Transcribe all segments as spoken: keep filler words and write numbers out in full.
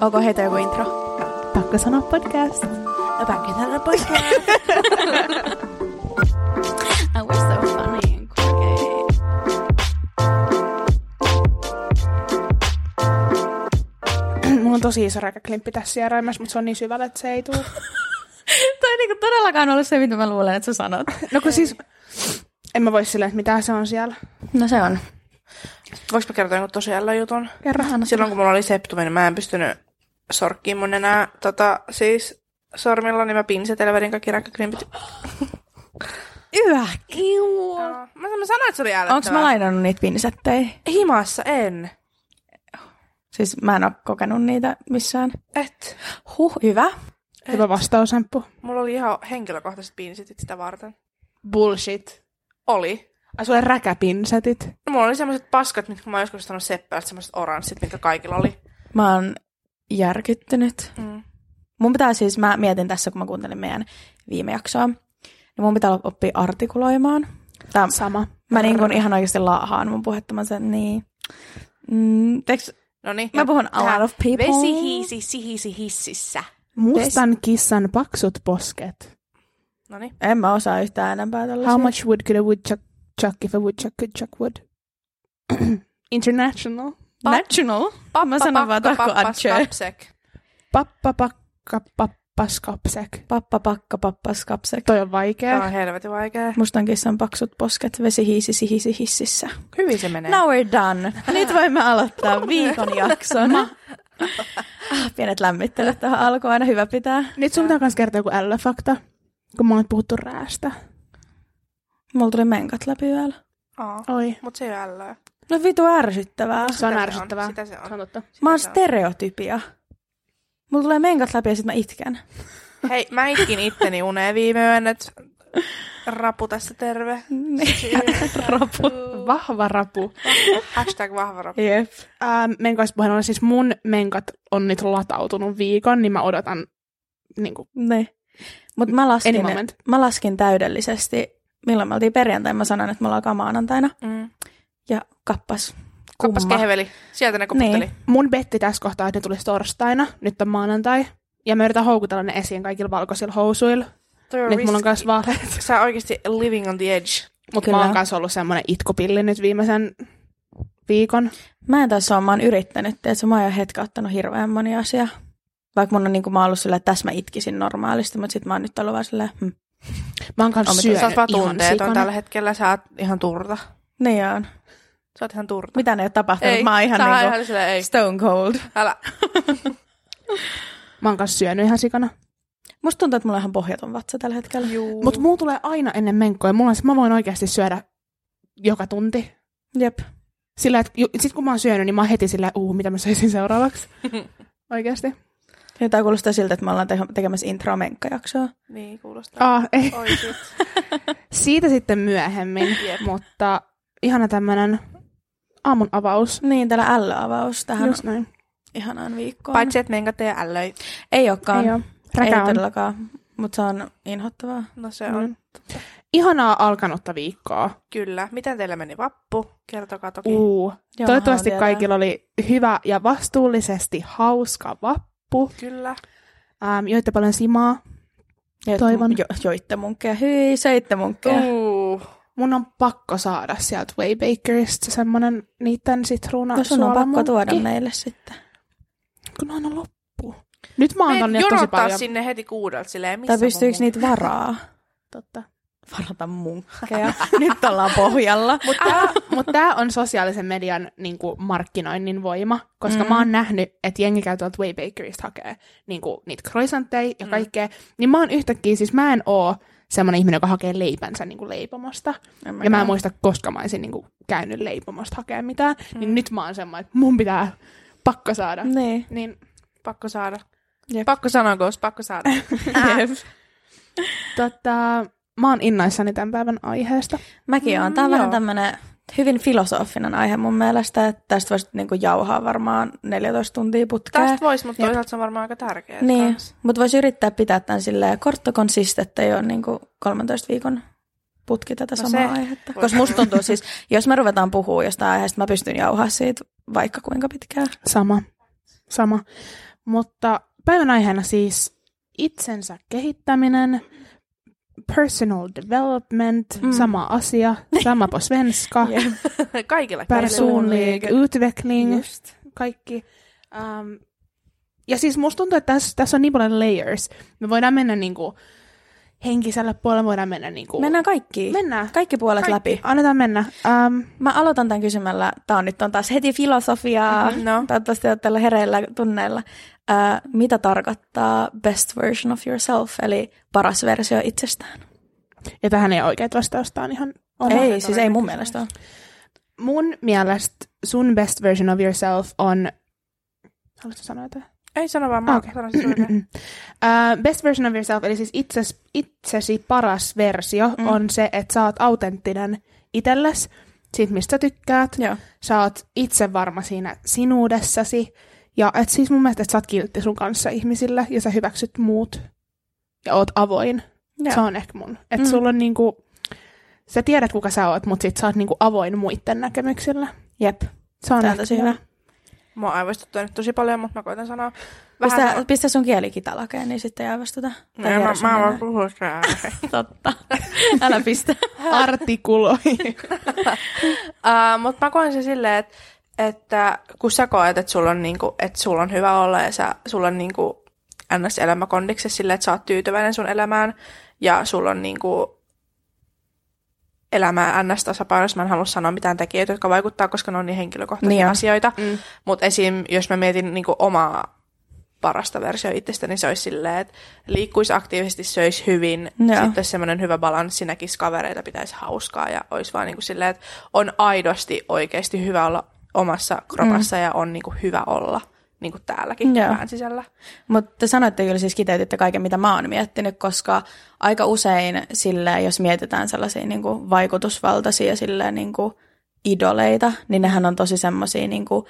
Onko heitä joku intro? Pakko sanoa podcast. Pakko sanoa podcast. Oh, we're so funny and quirky. Mulla on tosi iso räkäklimppi tässä sieraimessa, mutta se on niin syvällä, että se ei tule. Toi ei niinku todellakaan ollut se, mitä mä luulen, että sä sanot. No kun siis, en mä voi silleen, että mitä se on siellä. No se on. Voinko mä kertoa jonkun tosiaan jutun? Kerrohan. Silloin kun mulla oli septumi, niin mä en pystynyt sorkkiin mun enää tota, siis sormilla, niin mä pinsetellä vedin kaikki räkkäklimpit. Yhä, kiu. Mä, mä sanoin, että se oli älyttävää. Onks mä lainannut niitä pinsettejä? Himassa en. Siis mä en oo kokenut niitä missään. Et. Huh, hyvä. Et. Hyvä vastausemppu. Mulla oli ihan henkilökohtaiset pinsetit sitä varten. Bullshit. Oli. Ai sulle räkäpinsetit. No, mulla oli semmoiset paskat, mitkä mä oon joskus sanonut seppältä, semmoiset oranssit, mitkä kaikilla oli. Mä oon järkyttynyt. Mm. Mun pitää siis, mä mietin tässä, kun mä kuuntelin meidän viime jaksoa, niin mun pitää oppia artikuloimaan. Tää, Sama. Mä niin kuin ihan oikeasti laahaan mun puhetta. Mä sen, niin. Mm, teks, Noniin. mä puhun a lot of people. Vesi hiisi sihisi hississä. Mustan kissan paksut posket. Noniin. En mä osaa yhtään enempää tällaisia. How much wood could a woodchuck chuck if a woodchuck could chuck wood? International. National? Mä sanon vaan takko adje. Pappa pakka pappas kapsek. Pappa pakka pappas kapsek. Toi on vaikea. Tää on helvetin vaikea. Mustan kissan paksut posket. Vesi hiisi sihisi hississä. Hyvin se menee. Now we're done. Nyt voimme aloittaa viikon jakson. ah, pienet lämmittelyt tähän alkuun. Aina hyvä pitää. Nyt sun pitää kans kertoa joku ällöfakta, kun mä oon puhuttu räästä. Mulla tuli menkat läpi vielä. Aa, Oi. mut se ei ole ällöä. No vitu ärsyttävää. Se on Sitä ärsyttävää. Sitä se on. Se on totta. Mä oon se on. stereotypia. Mulla tulee menkat läpi ja sit mä itken. Hei, mä itkin itteni uneen viime yön, että rapu tässä terve. Rapu. Vahva rapu. Hashtag vahva rapu. Jep. Ähm, menkaispuhelulla siis mun menkat on nyt latautunut viikon, niin mä odotan niinku Ne. Mut mä laskin, any moment. mä laskin täydellisesti, milloin me oltiin perjantai, mä sanoin, että me ollaan maanantaina. Mm. Ja kappas. Kappas Kumma. kehveli. Sieltä ne koputteli. Niin. Mun betti tässä kohtaa, että ne tulisi torstaina, nyt on maanantai. Ja mä yritän houkutella ne esiin kaikilla valkoisilla housuilla. Nyt mulla on kanssa vaatteet. Sä oikeesti living on the edge. Mutta mä oon kanssa ollut semmonen itkupilli nyt viimeisen viikon. Mä en taas ole, mä oon yrittänyt, että mä oon jo hetken ottanut hirveän moni asia. Vaikka mun on niin kuin, mä oon ollut silleen, että tässä mä itkisin normaalisti, mutta sit mä oon nyt ollut vaan silleen, hm. Mä oon kanssa syönyt Sä oot vaan ihan tunteeton sikana. tällä hetkellä. Sä oot ihan turta. Niin on. Sä oot ihan turta. Mitä ne ei ole tapahtunut? Ei, Mä oon ihan sä oot niinku ihan silleen, ei. stone cold. Älä. Mä oon kanssa syönyt ihan sikana. Musta tuntuu, että mulla on ihan pohjaton vatsa tällä hetkellä. Juu. Mut mulla tulee aina ennen menkkoja. Mulla on, mä voin oikeasti syödä joka tunti. Jep. Sillä, että ju- sit kun mä oon syönyt, niin mä oon heti silleen, uu, mitä mä söisin seuraavaksi. Oikeasti. Tämä kuulostaa siltä, että me ollaan te- tekemässä intro-menkkajaksoa. Niin, kuulostaa. Ah, ei. Oi shit. Siitä sitten myöhemmin, Jep. mutta ihana tämmönen aamun avaus. Niin, täällä ällöavaus tähän Just näin. ihanaan viikkoon. Paitsi, että menkät ei ällöi. Ei olekaan. Ei oo. Ei Räkä on. todellakaan, mutta se on inhottavaa. No se on. Mm. Ihanaa alkanutta viikkoa. Kyllä. Miten teillä meni vappu? Kertokaa toki. Uu. Joo, Toivottavasti haluan kaikilla oli hyvä ja vastuullisesti hauska vappu. Kyllä. Ähm, joitte paljon simaa. Ja Toivon. Jo, joitte munkkeja. Hyi, söitte munkkeja. Uu. Mun on pakko saada sieltä Waybakerista semmonen niitten sitruuna No sun on pakko suolamunkki, tuoda meille sitten. kun ne aina loppuu. Nyt mä oon Me tonne tosi jonottaa paljon. sinne heti kuudelta silleen, missä Tai on mun pystyykö munkki? niitä varaa? Totta. Varata munkkeja. Nyt ollaan pohjalla. Mutta tää, mut tää on sosiaalisen median niinku, markkinoinnin voima, koska Mm. mä oon nähnyt, että jengi käy tuolta Waybakerista hakee niinku, niitä croissantteja ja Mm. kaikkea. Niin mä oon yhtäkkiä, siis mä en oo semmonen ihminen, joka hakee leipänsä niinku, leipomosta. En Ja mä en muista, koska mä olisin niinku, käynyt leipomosta hakea mitään. Mm. Niin nyt mä oon semmoinen, että mun pitää pakko saada. Niin. Niin Pakko saada. Jep. Pakko sanoa, koska pakko saada. Jep. tota, mä oon innoissani tämän päivän aiheesta. Mäkin oon. Tää on Mm, vähän joo. tämmönen hyvin filosofinen aihe mun mielestä, että tästä voisi niinku jauhaa varmaan neljätoista tuntia putkeen. Tästä voisi, mutta Jep. toisaalta se on varmaan aika tärkeää. Niin, mutta voisi yrittää pitää tämän silleen kortto konsistetta jo niinku kolmentoista viikon putki tätä No samaa se aihetta. voi Koska musta olla. tuntuu siis, jos me ruvetaan puhua jostain aiheesta, mä pystyn jauhaa siitä vaikka kuinka pitkään. Sama. Sama. Mutta päivän aiheena siis itsensä kehittäminen, personal development, mm. sama asia, sama på svenska, kaikilla personlig utveckling, just. Kaikki. Um, ja siis musta tuntuu, että tässä, tässä on niin paljon layers. Me voidaan mennä niinku henkisellä puolella, voidaan mennä niinku... Mennään kaikki. Mennään. Kaikki puolet kaikki. läpi. Annetaan mennä. Um, Mä aloitan tämän kysymällä, tää on nyt on taas heti filosofiaa, mm-hmm, no. Toivottavasti olet tällä hereillä tunneilla. Uh, mitä tarkoittaa best version of yourself, eli paras versio itsestään? Ja tähän ei oikeat vastausta on ihan oma. Ei, siis ei mun mielestä ole. Mun mielestä sun best version of yourself on... Haluatko sanoa jotain? Ei sano vaan, mä okay. sanon siis uh, best version of yourself, eli siis itses, itsesi paras versio mm. on se, että sä oot autenttinen itsellesi, siitä mistä sä tykkäät. Joo. Sä oot itse varma siinä sinuudessasi. Ja et siis mun mielestä, että sä oot kiltti sun kanssa ihmisille ja sä hyväksyt muut ja oot avoin. Joo. Se on ehkä mun. Että mm. sulla on niinku, sä tiedät kuka sä oot, mutta sit sä oot niinku avoin muiden näkemyksillä. Jep. Se on tosi hyvä. Mä oon aivostuttu nyt tosi paljon, mutta mä koitan sanoa vähän... Pistä, sama... pistä sun kieli kitalakeen, niin sitten ei aivostuta. No, mä, mä voin puhua sitä. Totta. Älä pistä. Artikuloi. uh, mutta mä koen se silleen, että, että kun sä koet, että sulla on, niinku, että sulla on hyvä olla ja sä, sulla on niinku ns-elämä kondiksessa silleen, että sä oot tyytyväinen sun elämään ja sulla on niinku elämää ns-tasapainossa. Mä en halua sanoa mitään tekijöitä, jotka vaikuttaa, koska ne on niin henkilökohtaisia niin asioita. Mm. Mutta esim. Jos mä mietin niinku omaa parasta versiota itsestä, niin se olisi silleen, että liikkuisi aktiivisesti, söisi hyvin, ja. Sitten semmoinen hyvä balanssi, näkisi kavereita, pitäisi hauskaa ja olisi vaan niinku silleen, että on aidosti oikeasti hyvä olla omassa kropassa mm. ja on niinku hyvä olla niin kuin täälläkin pään sisällä. Mutta te sanoitte kyllä siis kiteytitte kaiken, mitä mä oon miettinyt, koska aika usein silleen, jos mietitään sellaisia niin kuin vaikutusvaltaisia silleen, niin kuin idoleita, niin nehän on tosi semmoisia niin kuin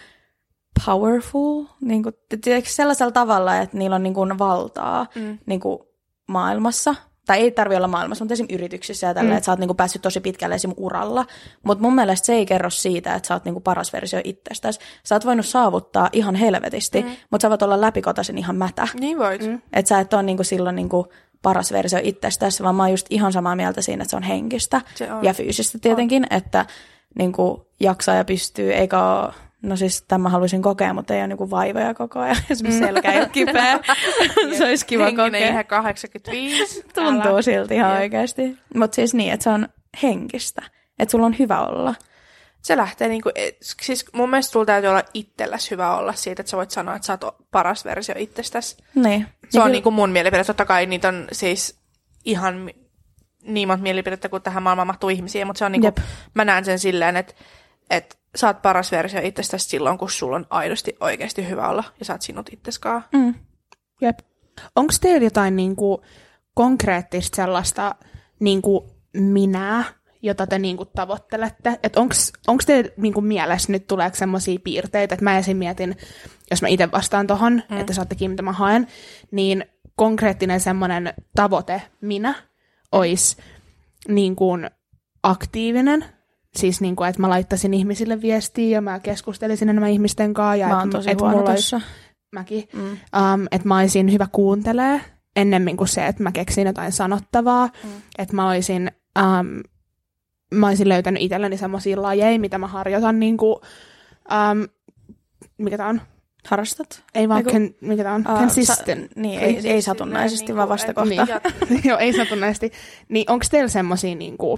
powerful, niin kuin, sellaisella tavalla, että niillä on niin kuin valtaa mm. niin kuin maailmassa. Tai ei tarvitse olla maailmassa, mutta esimerkiksi yrityksissä ja tällä, mm. että sä oot niinku päässyt tosi pitkälle esimerkiksi uralla. Mutta mun mielestä se ei kerro siitä, että sä oot niinku paras versio itsestäsi. Sä oot voinut saavuttaa ihan helvetisti, mm. mutta sä voit olla läpikotaisin ihan mätä. Niin voit. Mm. Että sä et ole niinku silloin niinku paras versio itsestäsi, vaan mä oon just ihan samaa mieltä siinä, että se on henkistä se on. Ja fyysistä tietenkin, on. Että niinku jaksaa ja pystyy, eikä ole... No siis tämän haluaisin kokea, mutta ei ole niinku vaivoja koko ajan. Esimerkiksi selkä ei ole kipeä. Se olisi kiva kokea. Henkinen ihan kahdeksankymmentäviisi. Tuntuu älä. Silti ihan yeah. oikeasti. Mutta siis niin, että se on henkistä. Että sulla on hyvä olla. Se lähtee niinku, siis mun mielestä sulla täytyy olla itselläsi hyvä olla siitä, että sä voit sanoa, että sä oot paras versio itsestäsi. Niin. Se ja on kyllä... niinku mun mielipide. Totta kai niitä on siis ihan niin monta mielipidettä, kun tähän maailmaan mahtuu ihmisiä, mutta se on niinku, Jep. mä näen sen silleen, että että sä oot paras versio itsestäsi silloin, kun sulla on aidosti oikeasti hyvä olla ja sä oot sinut itseskaan. Mm. Jep. Onko teillä jotain niinku konkreettista sellaista niinku minää, jota te niinku tavoittelette? Että onko teillä niinku mielessä nyt tuleeko semmoisia piirteitä, että mä esim. Mietin, jos mä itse vastaan tohon, mm. että saatte kiinni, mitä mä haen, niin konkreettinen semmoinen tavoite minä olisi niinku aktiivinen. Siis niin kuin, että mä laittaisin ihmisille viestiä ja mä keskustelisin enemmän ihmisten kanssa. Ja mä oon tosi huono tossa. Mäkin. Mm. Um, että mä olisin hyvä kuuntelee ennemmin kuin se, että mä keksin jotain sanottavaa. Mm. Että mä olisin, um, mä olisin löytänyt itselleni semmoisia lajeja, mitä mä harjoitan niin kuin, um, mikä tää on? Harrastat? Ei vaan, con, mikä tää on? Uh, Consistent. Sa- niin, ei, ei satunnaisesti, niin, vaan vastakohta. Niin, joo, ei satunnaisesti. Niin onko teillä semmosia niin kuin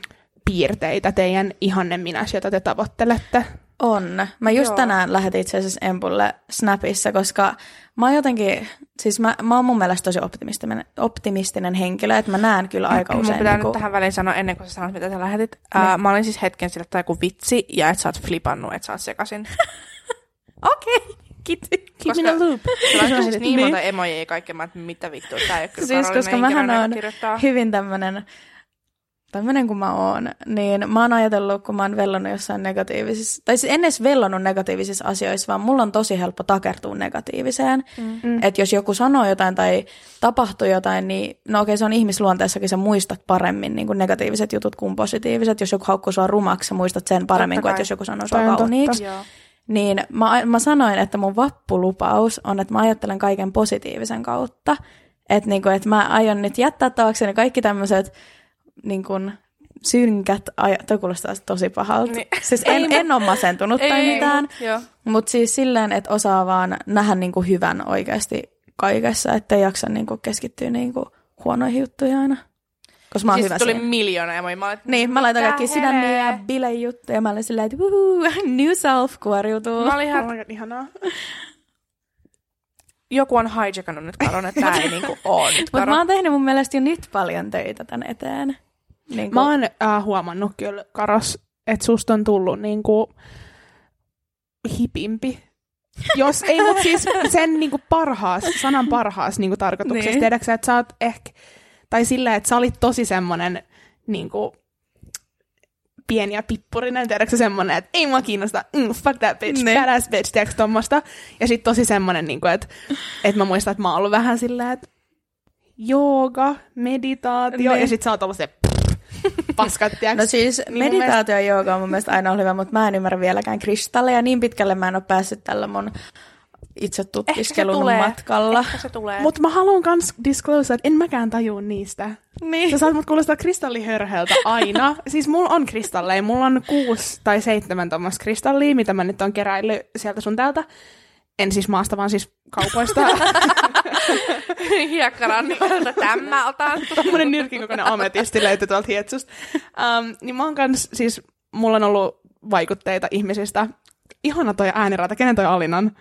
piirteitä teidän ihanne minäs, jota te tavoittelette? On. Mä just Joo. tänään lähetin itse asiassa Empulle Snapissa, koska mä oon jotenkin, siis mä, mä oon mun mielestä tosi optimistinen, optimistinen henkilö, että mä näen kyllä aika usein. Mun pitää niin nyt tähän väliin sanoa, ennen kuin sä sanot, mitä sä lähetit. Ää, mä olin siis hetken sillä, että joku vitsi, ja että sä oot flipannut, että sä oot sekasin. Okei. Okay. Keep, keep in a loop. Sulla on siis niin monta emojia ja kaikkea, että mitä vittua, tää ei ole kyllä siis koska mähän on hyvin tämmönen tämmöinen kuin mä oon, niin mä oon ajatellut, kun mä oon vellonut jossain negatiivisissa, tai siis en edes vellonut negatiivisissa asioissa, vaan mulla on tosi helppo takertua negatiiviseen. Mm. Että jos joku sanoo jotain tai tapahtuu jotain, niin no okei, se on ihmisluonteessakin, sä muistat paremmin niin kuin negatiiviset jutut kuin positiiviset. Jos joku haukkuu sua rumaksi, sä muistat sen paremmin kuin, että jos joku sanoo sua kauniiksi. niin mä, mä sanoin, että mun vappulupaus on, että mä ajattelen kaiken positiivisen kautta. Että niinku, et mä aion nyt jättää taakseni kaikki tämmöiset niinku, synkät ajat. Toi kuulostaa tosi pahalta. Niin. Siis en, en ole masentunut tai ei, mitään, mutta siis silleen, että osaa vaan nähdä niinku hyvän oikeasti kaikessa, ettei jaksa niinku keskittyä niinku huonoihin juttuihin aina. Koska mä oon siis hyvä tuli siihen. miljoona ja mä olin, niin, mä laitan kaikki sydämiä ja bilejuttuja. Mä olin silleen, että wuhuu, new self kuoriutuu. Mä olin ihan... Oh my God, ihanaa. Joku on hijackannut nyt Karon, että tää ei niinku oo nyt Karo. Mutta mä oon tehnyt mun mielestä jo nyt paljon töitä tän eteen. Niin mä oon äh, huomannut kyllä, Karos, että susta on tullut niinku hipimpi. Jos ei, mutta siis sen niinku parhaas, sanan parhaas niinku tarkoituksessa. Niin. Tiedätkö sä, että sä oot ehkä, tai silleen, että sä olit tosi semmonen niinku pieni ja pippurinen, tiedätkö semmonen, että ei mua kiinnosta, mm, fuck that bitch, ne. Badass bitch, tiedätkö tommoista. Ja sit tosi semmonen, niinku, että et mä muistan, että mä oon ollut vähän silleen, että jooga, meditaatio, ne. Ja sit sä oot ollut se paskat, tiedätkö? No siis niin meditaatio ja jooga on mun mielestä aina ollut hyvä, mutta mä en ymmärrä vieläkään kristalleja. Niin pitkälle mä en ole päässyt tällä mun itse tutkiskelun matkalla. Ehkä se tulee. Mutta mä haluan kans disclose, että en mäkään tajua niistä. Niin. Sä saat mut kuulostaa kristallihörheltä aina. Siis mulla on kristalleja. Mulla on kuusi tai seitsemän tommasta kristallia, mitä mä nyt on keräillyt sieltä sun täältä. En siis maasta, vaan siis kaupoista. Hiekkarannikolta tämä otan. Tommonen nyrkin kokoinen ametisti löytyi tuolta hietsusta. Um, niin mä oon kans, siis mulla on ollut vaikutteita ihmisistä. Ihana toi äänirata. Kenen toi Alinan?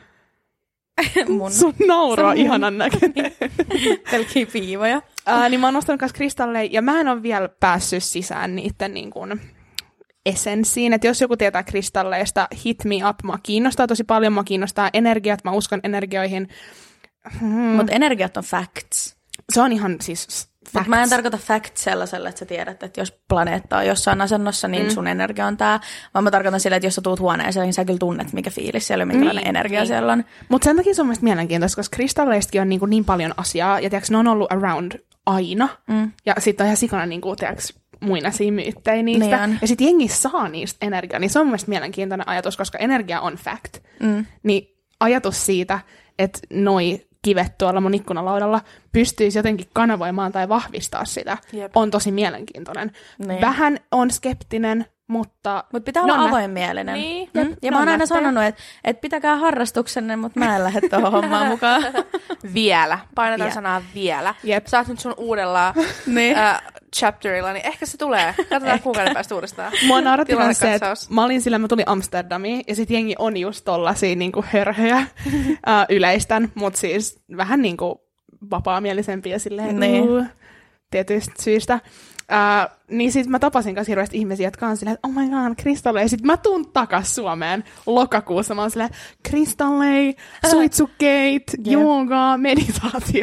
Mun. Sun nauru on ihanan näköinen. Pelkkiä piivoja. Uh, niin mä oon nostanut kanssa kristalleja, ja mä en ole vielä päässyt sisään niiden niin kuin essenssiin. Että jos joku tietää kristalleista, hit me up. Mua kiinnostaa tosi paljon, mua kiinnostaa energiat, mä uskon energioihin. Hmm. Mutta energiat on facts. Se on ihan siis facts. Mä en tarkoita facts sellaisella, että sä tiedät, että jos planeetta on jossain asennossa, niin mm. sun energia on tää. Vaan mä tarkoitan sillä, että jos sä tuut huoneeseen, niin sä kyllä tunnet, mikä fiilis siellä on, minkälainen niin, energia niin. siellä on. Mutta sen takia se on mielestäni mielenkiintoista, koska kristalleistakin on niin, niin paljon asiaa, ja tiiäks, ne on ollut around aina. Mm. Ja sitten on ihan sikana niin kuin, tiiäks, muinaisia myyttejä niistä. Niin ja sitten jengi saa niistä energiaa, niin se on mun mielestä mielenkiintoinen ajatus, koska energia on fact. Mm. Niin ajatus siitä, että noi kivet tuolla mun ikkunalaudalla pystyisi jotenkin kanavoimaan tai vahvistaa sitä, Jep. on tosi mielenkiintoinen. Niin. Vähän on skeptinen, mutta... Mutta pitää olla avoinmielinen. Niin. Mm? Ja mä oon aina sanonut, että et pitäkää harrastuksenne, mutta mä en lähde tuohon hommaan mukaan. Vielä. Painetaan vielä. Sanaa vielä. Jep. Sä oot nyt sun uudella niin. äh, chapterilla, niin ehkä se tulee. Katsotaan kuukauden päästä uudestaan. Mua nauratti myös se, että mä olin sillä, mä tulin Amsterdamiin, ja sit jengi on just tollasia niinku hörhöjä äh, yleistän, mutta siis vähän niinku vapaamielisempiä silleen niin. uh, tietyistä syistä. Uh, niin sit mä tapasin kanssa hirveästi ihmisiä, jotka on silleen, että oh my god, kristalleja. Ja sit mä tuun takas Suomeen lokakuussa. Mä oon silleen, kristalleja, suitsukeit, jooga, meditaatio.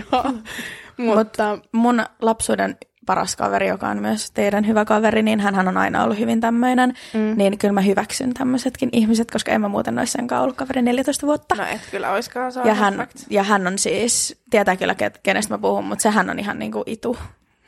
Mutta mun lapsuuden paras kaveri, joka on myös teidän hyvä kaveri, niin hän on aina ollut hyvin tämmöinen. Mm. Niin kyllä mä hyväksyn tämmöisetkin ihmiset, koska en mä muuten olisi senkaan ollut kaveri neljätoista vuotta. No et kyllä oiskaan saa. Ja hän, ja hän on siis, tietää kyllä kenestä mä puhun, mutta sehän on ihan niinku itu.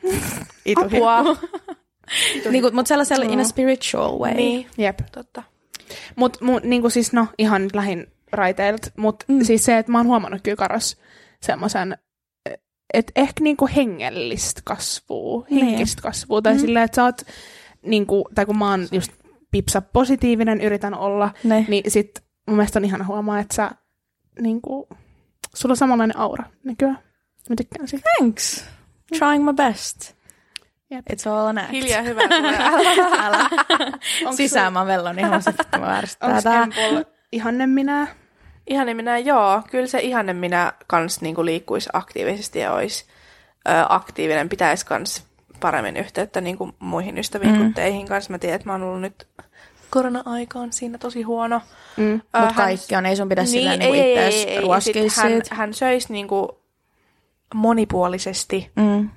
Itu Apua. Niinku, mutta sellaisella in a spiritual way. Niin, jep. Totta. Mut mu, niinku siis no ihan lähin raiteilta, mut mm. siis se, että mä oon huomannut kyllä Karos semmoisen, että ehkä niinku hengellistä kasvua, henkistä kasvua, tai mm. silleen, että sä oot niinku, tai kun mä oon just pipsa positiivinen, yritän olla, ne. Niin sit mun mielestä on ihana huomaa, että sä niinku, sulla on samanlainen aura nykyään. Mä tykkään siitä. Thanks. Trying my best. Yep. It's all an act. Hiljaa hyvä tulee. Älä. Älä. Sisään mä vellon ihan se, että mä vääristää. Onko Empol ihanne minä? Ihanne minä, joo. Kyllä se ihanne minä kans niinku liikkuisi aktiivisesti ja olisi ö, aktiivinen. Pitäisi kans paremmin yhteyttä niinku muihin ystäviin mm. kuin teihin kanssa. Mä tiedän, että mä oon ollut nyt korona-aikaan siinä tosi huono. Mm. Mutta hän... kaikki on, ei sun pidä niin, silleen niinku itseäsi ruoskii hän, hän söisi niinku monipuolisesti. Mm.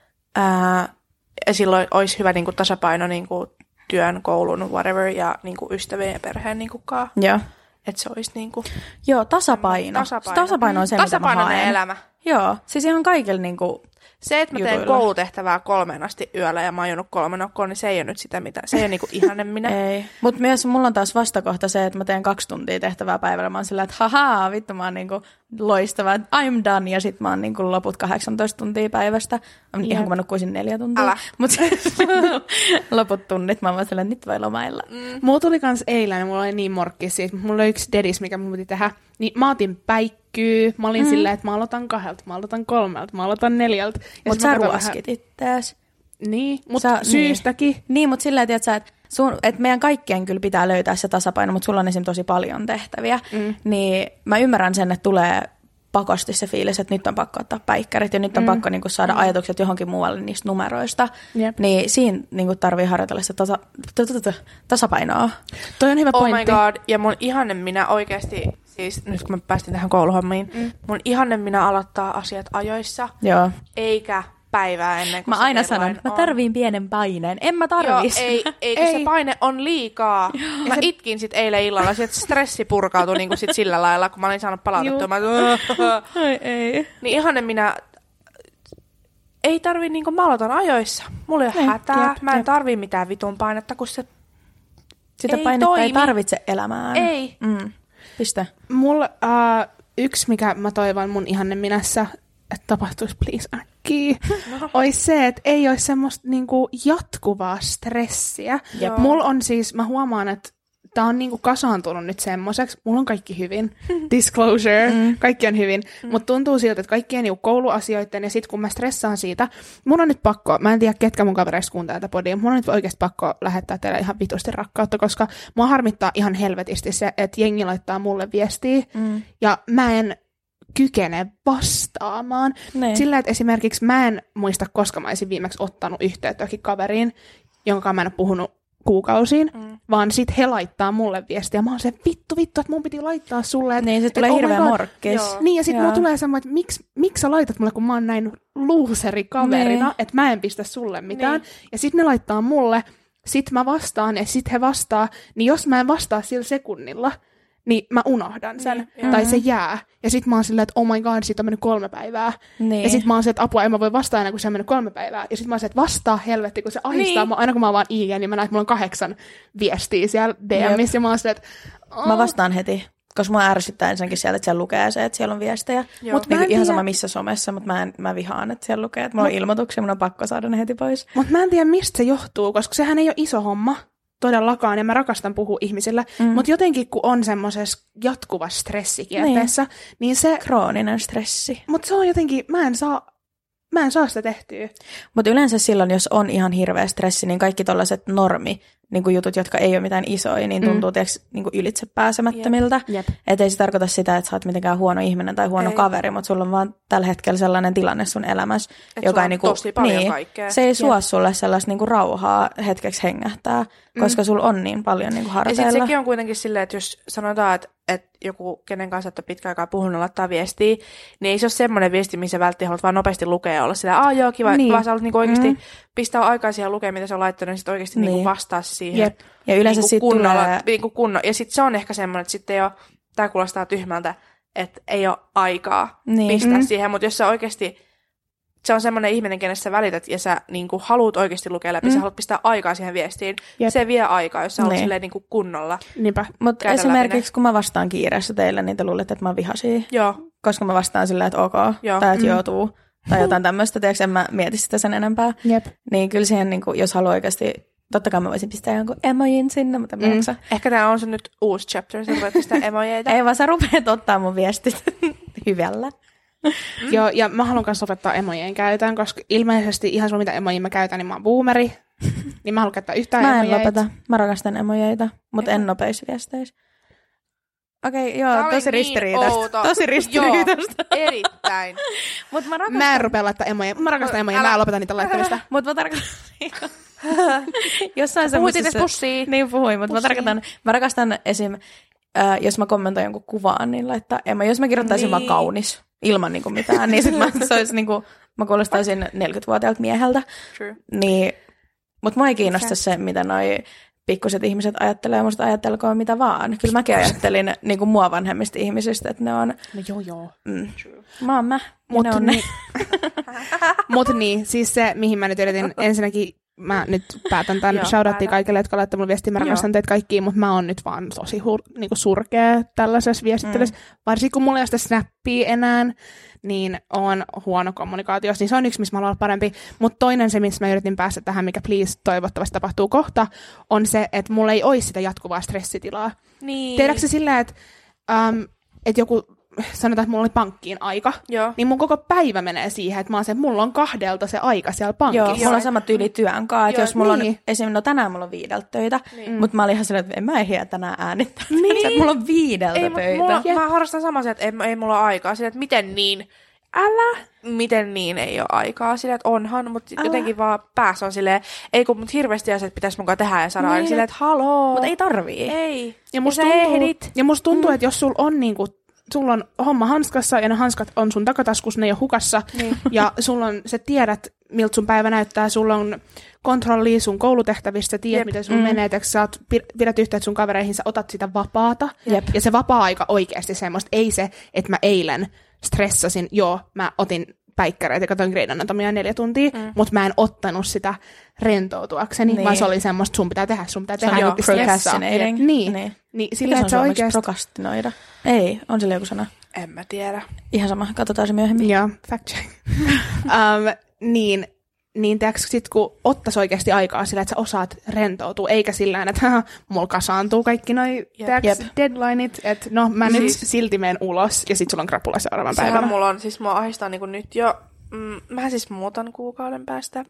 Ää, ja silloin olisi hyvä niinku tasapaino niinku työn, koulun, whatever, ja niinku ystävien ja perheen niinku kaa. Joo. Että se olisi niinku... Joo, tasapaino. Tasapaino, tasapaino on se, tasapaino mitä mä haen. Elämä. Joo, siis ihan kaikilla niinku Se, että mä teen jutuilla. koulutehtävää kolmeen asti yöllä ja mä oon juonut kolme nokkoa, niin se ei ole nyt sitä mitä. Se ei ole niinku ihanen minä. Ei. Mutta myös mulla on taas vastakohta se, että mä teen kaksi tuntia tehtävää päivällä. Mä oon sillä, että hahaa, vittu mä oon niinku loistava. I'm done. Ja sit mä oon niinku loput kahdeksantoista tuntia päivästä. Ihan kun mä nukkuisin neljä tuntia. Älä. Mut loput tunnit mä oon sillä, että nyt voi lomailla. Mm. Mulla tuli kans eilen, mulla oli niin morkki siitä. Mulla oli yksi dedis, mikä mun piti tehdä. Niin mä otin päikkyy. Mä olin mm. silleen, että mä aloitan kahdelta, mä aloitan kolmelta, mä aloitan neljältä. Mut sä ruoskit vähän... ittees. Niin, mutta sä, syystäkin. Niin, niin mutta silleen, että, että, sun, että meidän kaikkien kyllä pitää löytää se tasapaino, mutta sulla on esim. Tosi paljon tehtäviä. Mm. Niin mä ymmärrän sen, että tulee pakosti se fiilis, että nyt on pakko ottaa päikkärit ja nyt on mm. pakko niin kuin, saada mm. ajatukset johonkin muualle niistä numeroista. Jep. Niin siinä niin kuin, tarvii harjoitella se tasa, tasapainoa. Toi on hyvä oh pointti. Oh my god, ja mun ihanne minä oikeasti, siis nyt kun mä päästin tähän kouluhommiin, mm. mun ihanne minä aloittaa asiat ajoissa, Joo. eikä päivää ennen kuin mä aina sanon, että mä tarviin pienen paineen. En mä tarvis. Joo, ei, ei, ei. Se paine on liikaa. Mä se... itkin sit eilen illalla, sit stressi purkautui niinku sit sillä lailla, kun mä olin saanut palautettua. Mä... Ai ei. Niin ihanne minä... Ei tarvii niinku, mä aloitan ajoissa. Mulla ei ole hätää. Jep, mä en jep. tarvii mitään vitun painetta, kun se sitä ei painetta toimi. Ei tarvitse elämään. Ei. Mm. Pistä. Mulla uh, yksi, mikä mä toivon mun ihanne minässä, että tapahtuisi please äkkiä, no. olisi se, että ei olisi semmoista niinku jatkuvaa stressiä. Jep. Mulla on siis, mä huomaan, että tää on niinku kasaantunut nyt semmoiseksi. Mulla on kaikki hyvin. Disclosure. Mm. Kaikki on hyvin. Mm. Mutta tuntuu siltä, että kaikkien niinku kouluasioiden ja sit kun mä stressaan siitä, mun on nyt pakko, mä en tiedä ketkä mun kavereista kuuntelee tätä podia, mun on nyt oikeasti pakko lähettää teille ihan vitusti rakkautta, koska mua harmittaa ihan helvetisti se, että jengi laittaa mulle viestiä mm. ja mä en kykene vastaamaan. Ne. Sillä, että esimerkiksi mä en muista, koska mä olisin viimeksi ottanut yhteyttä johonkin kaveriin, jonka mä en ole puhunut kuukausiin, mm. vaan sit he laittaa mulle viestiä. Mä oon se, vittu, vittu, että mun piti laittaa sulle. Et, niin, se tulee et, hirveä oh morkkis. Niin, ja sit mulla tulee semmoinen, että miksi, miksi sä laitat mulle, kun mä oon näin luuseri kaverina, niin. että mä en pistä sulle mitään. Niin. Ja sit ne laittaa mulle, sit mä vastaan, ja sit he vastaa. Niin jos mä en vastaa sillä sekunnilla, niin mä unohdan sen, niin, tai se jää. Ja sit mä oon silleen, että oh my god, siitä on mennyt kolme päivää. Niin. Ja sit mä oon se, että apua, en mä voi vastaa enää, kun se on mennyt kolme päivää. Ja sit mä oon se, että vastaa helvetti, kun se ahistaa. Niin. Mä, aina kun mä vaan I G, niin mä näen, että mulla on kahdeksan viestiä siellä D M:issä. Ja mä oon se, että... Oh. Mä vastaan heti, koska mua ärsyttää ensinnäkin sieltä, että siellä lukee se, että siellä on viestejä. Mut niin, ihan tiedä... sama missä somessa, mutta mä, en, mä vihaan, että siellä lukee, että mulla on ilmoituksia, mun on pakko saada ne heti pois. Mutta mä en tiedä, mistä se johtuu, koska sehän ei ole iso homma. Todellakaan, ja mä rakastan puhua ihmisille, mm. mutta jotenkin kun on semmoisessa jatkuvassa stressikierteessä, niin. niin se... Krooninen stressi. Mutta se on jotenkin, mä en saa, mä en saa sitä tehtyä. Mutta yleensä silloin, jos on ihan hirveä stressi, niin kaikki tollaiset normi, niin kuin jutut, jotka ei ole mitään isoja, niin tuntuu mm. tiiäks, niin kuin ylitse pääsemättömiltä. Että ei se tarkoita sitä, että sä oot mitenkään huono ihminen tai huono ei. kaveri, mutta sulla on vaan tällä hetkellä sellainen tilanne sun elämässä, et joka ei, niin kuin, tosi paljon niin, kaikkea. Se ei suo Jep. sulle sellaista niin kuin rauhaa hetkeksi hengähtää, koska mm. sulla on niin paljon niin kuin harteilla. Ja sitten sekin on kuitenkin silleen, että jos sanotaan, että, että joku, kenen kanssa et ole pitkään aikaa puhunut, laittaa viestiä, niin ei se ole semmoinen viesti, missä välttämättä haluat vaan nopeasti lukea ja olla sillä, aah joo, kiva, niin. vaan sä haluat niin oikeasti mm. pistää aikaa siihen lukea, mitä se on laittanut, niin sitten oikeasti niin. niin vastaa siihen. Jep. Ja yleensä niin sitten tulee... Niin kunno. Ja sitten se on ehkä semmoinen, että sitten ei ole, tämä kuulostaa tyhmältä, että ei ole aikaa niin. pistää mm. siihen, mutta jos sä oikeasti, se on semmoinen ihminen, kenessä sä välität ja sä niin kuin haluat oikeasti lukea läpi, mm. sä haluat pistää aikaa siihen viestiin, Jep. se vie aikaa, jos sä haluat niin. silleen niin kuin kunnolla. Niinpä. Mutta esimerkiksi kun mä vastaan kiireessä teille, niin te luulette, että mä vihasin. Joo. Koska mä vastaan silleen, että ok, Joo. tai että mm. joutuu, tai jotain tämmöistä, tiedätkö, en mä mieti sitä sen enempää. Jep. Niin kyllä siihen, niin kuin, jos haluaa oikeasti... Totta kai mä voisin pistää jonkun emojin sinne, mutta en mm. jaksa. Ehkä tää on se nyt uusi chapter, sä voit pistää emojeita. Ei vaan sä rupeat ottaa mun viestit hyvällä. Mm. Joo, ja mä haluan kanssa opettaa emojien käytön, koska ilmeisesti ihan sun mitä emojia mä käytän, niin mä oon boomeri. Niin mä haluan käyttää yhtään mä emojeita. Mä en lopeta. Mä rakastan emojeita, mutta en nopeissa viesteissä. Okei, okay, joo, tosi ristiriitasta. Tosi ristiriitasta. Joo, erittäin. Mut mä rakastan... Mä en rupea laittaa emoja. Mä rakastan emoja, mä lopetan niitä laittamista. Mut mä tarkoitan... Jossain semmoisessa... puhuit Niin puhuin, mutta mä tarkoitan... Mä rakastan esim... Äh, jos mä kommentoin jonkun kuvaan, niin laittaa emo. Jos mä kirjoittaisin niin. vaan kaunis, ilman niinku mitään, niin sit mä, se olisi niinku... Mä kuulostaisin neljäkymmentävuotiaalta mieheltä. True. Niin... Mut mua ei kiinnosta se, mitä noi... pikkuset ihmiset ajattelee, musta ajattelkoon mitä vaan. Kyllä mäkin ajattelin niin kuin mua vanhemmista ihmisistä, että ne on... No joo joo. Mm. Mä oon mä, Mut, ja ne on ne. Mut niin, siis se, mihin mä nyt yritin ensinnäkin, mä nyt päätän tämän, shoutouttiin kaikille, jotka laittavat mulle viestiä, mä rakastan teitä kaikkiin, mutta mä oon nyt vaan tosi hur- niinku surkea tällaisessa viestittelyssä. Mm. Varsinkin kun mulla ei ole sitä snappia enää, niin on huono kommunikaatiossa, niin se on yksi, missä mä haluan olla parempi. Mutta toinen se, missä mä yritin päästä tähän, mikä please toivottavasti tapahtuu kohta, on se, että mulla ei olisi sitä jatkuvaa stressitilaa. Niin. Tiedätkö se silleen, että um, et joku, sanotaan, että mulla oli pankkiin aika, Joo. niin mun koko päivä menee siihen, että mä oon se, että mulla on kahdelta se aika siellä pankissa. Joo, mulla on sama tyyli työn kanssa, että jos mulla niin. on, esimerkiksi no tänään mulla on viideltä töitä, niin. mutta mä olin ihan sellainen, että en mä ehdiä tänään äänittää. Niin. Että mulla on viideltä ei, töitä. Mulla, mä harrastan samaa se, että ei, ei mulla ole aikaa. Sillä, että miten niin, älä, miten niin ei ole aikaa. Sillä, että onhan, mutta älä. Jotenkin vaan päässä on silleen, ei kun mut hirveästi asiat pitäisi mukaan tehdä ja saada niin. aika silleen, että haloo. Mutta ei tarvii. Ei. Ja musta ja tuntuu, ehdit. ja musta tuntuu mm. että jos sulla on niinku sulla on homma hanskassa ja ne hanskat on sun takataskussa, ne ei ole hukassa. Niin. Ja sulla on, sä tiedät, miltä sun päivä näyttää, sulla on kontrolli sun koulutehtävistä, sä tiedät, Jep. miten sun mm. menee, että sä oot, pidät yhteyttä sun kavereihin, sä otat sitä vapaata. Jep. Ja se vapaa-aika oikeasti semmoista, ei se, että mä eilen stressasin, joo, mä otin päikkäreitä ja katsoin Grey's Anatomia neljä tuntia, mm. mutta mä en ottanut sitä rentoutuakseni, niin. vaan se oli semmoista, sun pitää tehdä, sun pitää se tehdä. On procrastinating. Niin. niin. niin sillä, Mikä että se on oikeasti prokrastinoida? Ei, on sillä joku sana. En mä tiedä. Ihan sama, katsotaan se myöhemmin. Joo, fact check. um, niin, niin teoks sit kun ottais oikeasti aikaa sillä, että sä osaat rentoutua, eikä sillä että mulla kasaantuu kaikki noi yep. deadlineit, että no mä siis, nyt silti menen ulos ja sit sulla on krapula seuraavan sehän päivänä. mulla on, siis mua ahdistaa niinku nyt jo, mm, mä siis muutan kuukauden päästä.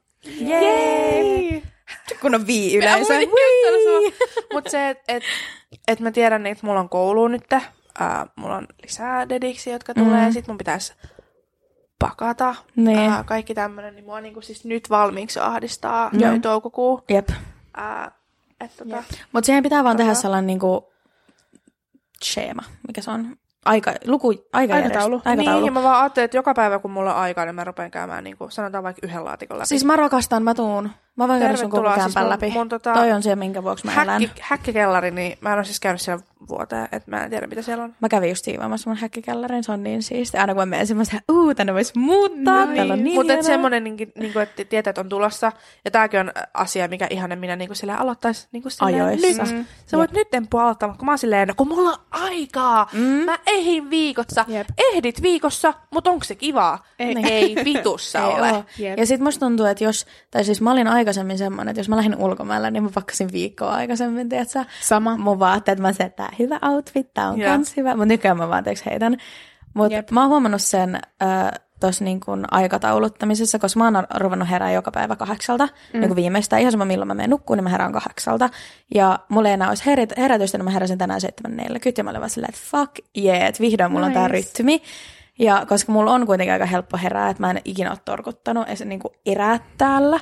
Jee! Kun on vii yleensä. Mutta se, että et, et mä tiedän, että mulla on koulu nyt, uh, mulla on lisää dediksi, jotka tulee, mm. sit mun pitäisi pakata, niin. uh, kaikki tämmönen, niin mua niinku siis nyt valmiiksi ahdistaa mm. noin toukokuu. Jep. Uh, tota, Mutta siihen pitää vaan tota. tehdä sellainen niinku schema, mikä se on. Aika, luku, aikataulu. aikataulu. Niin, mä vaan ajattelin, että joka päivä kun mulla on aikaa, niin mä rupean käymään niin kuin, sanotaan vaikka yhden laatikon läpi. Siis mä rakastan, mä tuun. Mä voin käydä sun koko kämpän siis läpi. Mun, tota, Toi on se, minkä vuoksi mä häkki, elän. Häkkikellari, niin mä en ole siis käynyt siellä vuoteen, että mä en tiedä, mitä siellä on. Mä kävin just siivoamassa mun häkkikellarin, se on niin siistiä. Aina kun mä menen semmoisen, uu, tänne vois muuttaa, no, täällä on niin Mutta semmoinen, niin, niin että tietää, että on tulossa. Ja tääkin on asia, mikä ihanen minä niin silleen aloittaisi niin ajoissa. Nyt. Mm. Sä voit nyt tempua aloittaa, kun mä oon silleen, kun mulla on aikaa. Mm. Mä ehdin viikossa. Jep. Ehdit viikossa, mutta onko se kivaa? Ei, niin. Ei vitussa ei ole. ole. Ja sit musta tuntuu, että jos, tai siis mä olin aikaisemmin semmoinen, että jos mä lähdin ulkomailla, niin mä pakkasin viikkoa aikaisemmin, tiiätsä? Sama. Mun vaatteet, mä se, että hyvä outfit, tää on yeah. kans hyvä, mutta nykyään mä vaan teeks heitän. Mutta mä oon huomannut sen äh, tossa niin kun aikatauluttamisessa, koska mä oon ruvennut herää joka päivä kahdeksalta, mm. niin kuin viimeistään. Ihan sama milloin mä menen nukkuun, niin mä herään kahdeksalta. Ja mulla ei enää olisi herätystä, niin mä heräsin tänään seitsemän neljäkymmentä, ja mä olin vaan silleen, että fuck yeah, että vihdoin mulla nice. On tää rytmi. Ja koska mulla on kuitenkin aika helppo herää, että mä en ikinä ole torkuttanut edes niin kuin erää täällä.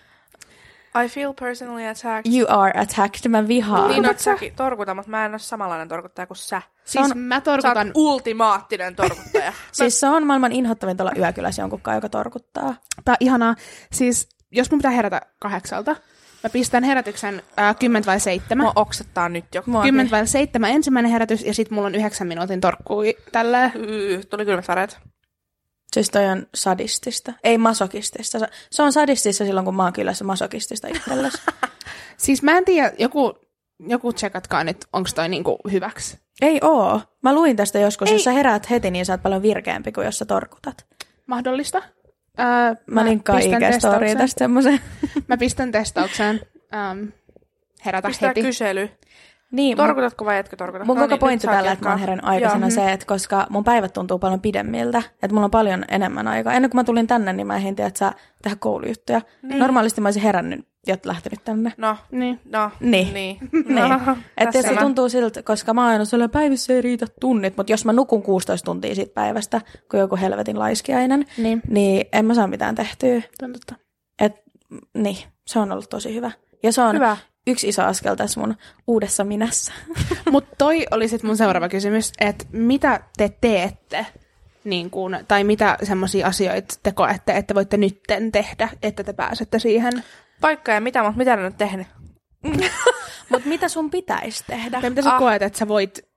I feel personally attacked. You are attacked. Mä vihaan. Niin oot säkin torkuta, mutta mä en ole samanlainen torkuttaja kuin sä. Siis on, mä torkutan. Sä oot ultimaattinen torkuttaja. Siis se on maailman inhottavin olla yökylässä jonkunkaan, joka torkuttaa. Tää on ihanaa. Siis jos mun pitää herätä kahdeksalta, mä pistän herätyksen äh, kymmentä vai seitsemän. Mua oksettaa nyt jo. Kymmentä vai seitsemän ensimmäinen herätys ja sit mulla on yhdeksän minuutin torkkui tällä. Yy, tuli kylmät väreet. Siis toi on sadistista. Ei masokistista. Se on sadistista silloin, kun mä oon kyllä se masokistista itsellesi. Siis mä en tiedä, joku, joku tsekatkaa nyt, onko toi niinku hyväksi. Ei oo. Mä luin tästä joskus, Ei. Jos sä heräät heti, niin sä oot paljon virkeämpi kuin jos sä torkutat. Mahdollista. Öö, mä, mä linkkaan I G-storyin tästä semmoisen. Mä pistän testaukseen. Um, herätä Pistää heti. kysely. Niin, torkutatko vai etkö torkuta? Mun no koko niin, pointti tällä, että mä oon herännyt aikaisena se, että koska mun päivät tuntuu paljon pidemmiltä, että mulla on paljon enemmän aikaa. Ennen kuin mä tulin tänne, niin mä ehdin että sä tehdä koulujuttuja. Niin. Normaalisti mä olisin herännyt ja lähtenyt tänne. No, niin. No, niin. niin. niin. Että se tuntuu siltä, koska mä aina sellainen päivässä ei riitä tunnit, mutta jos mä nukun kuusitoista tuntia siitä päivästä, kun joku helvetin laiskiainen, niin, niin en mä saa mitään tehtyä. Totta. Et, niin, se on ollut tosi hyvä. Ja se on hyvä. Yksi iso askel tässä mun uudessa minässä. Mutta toi oli sitten mun seuraava kysymys, että mitä te teette, niin kun, tai mitä semmoisia asioita te koette, että voitte nytten tehdä, että te pääsette siihen? Paikka ja mitä, mutta mitä ne nyt tehnyt? Mutta mitä sun pitäisi tehdä? Tai mitä sä ah. koet, että sä voit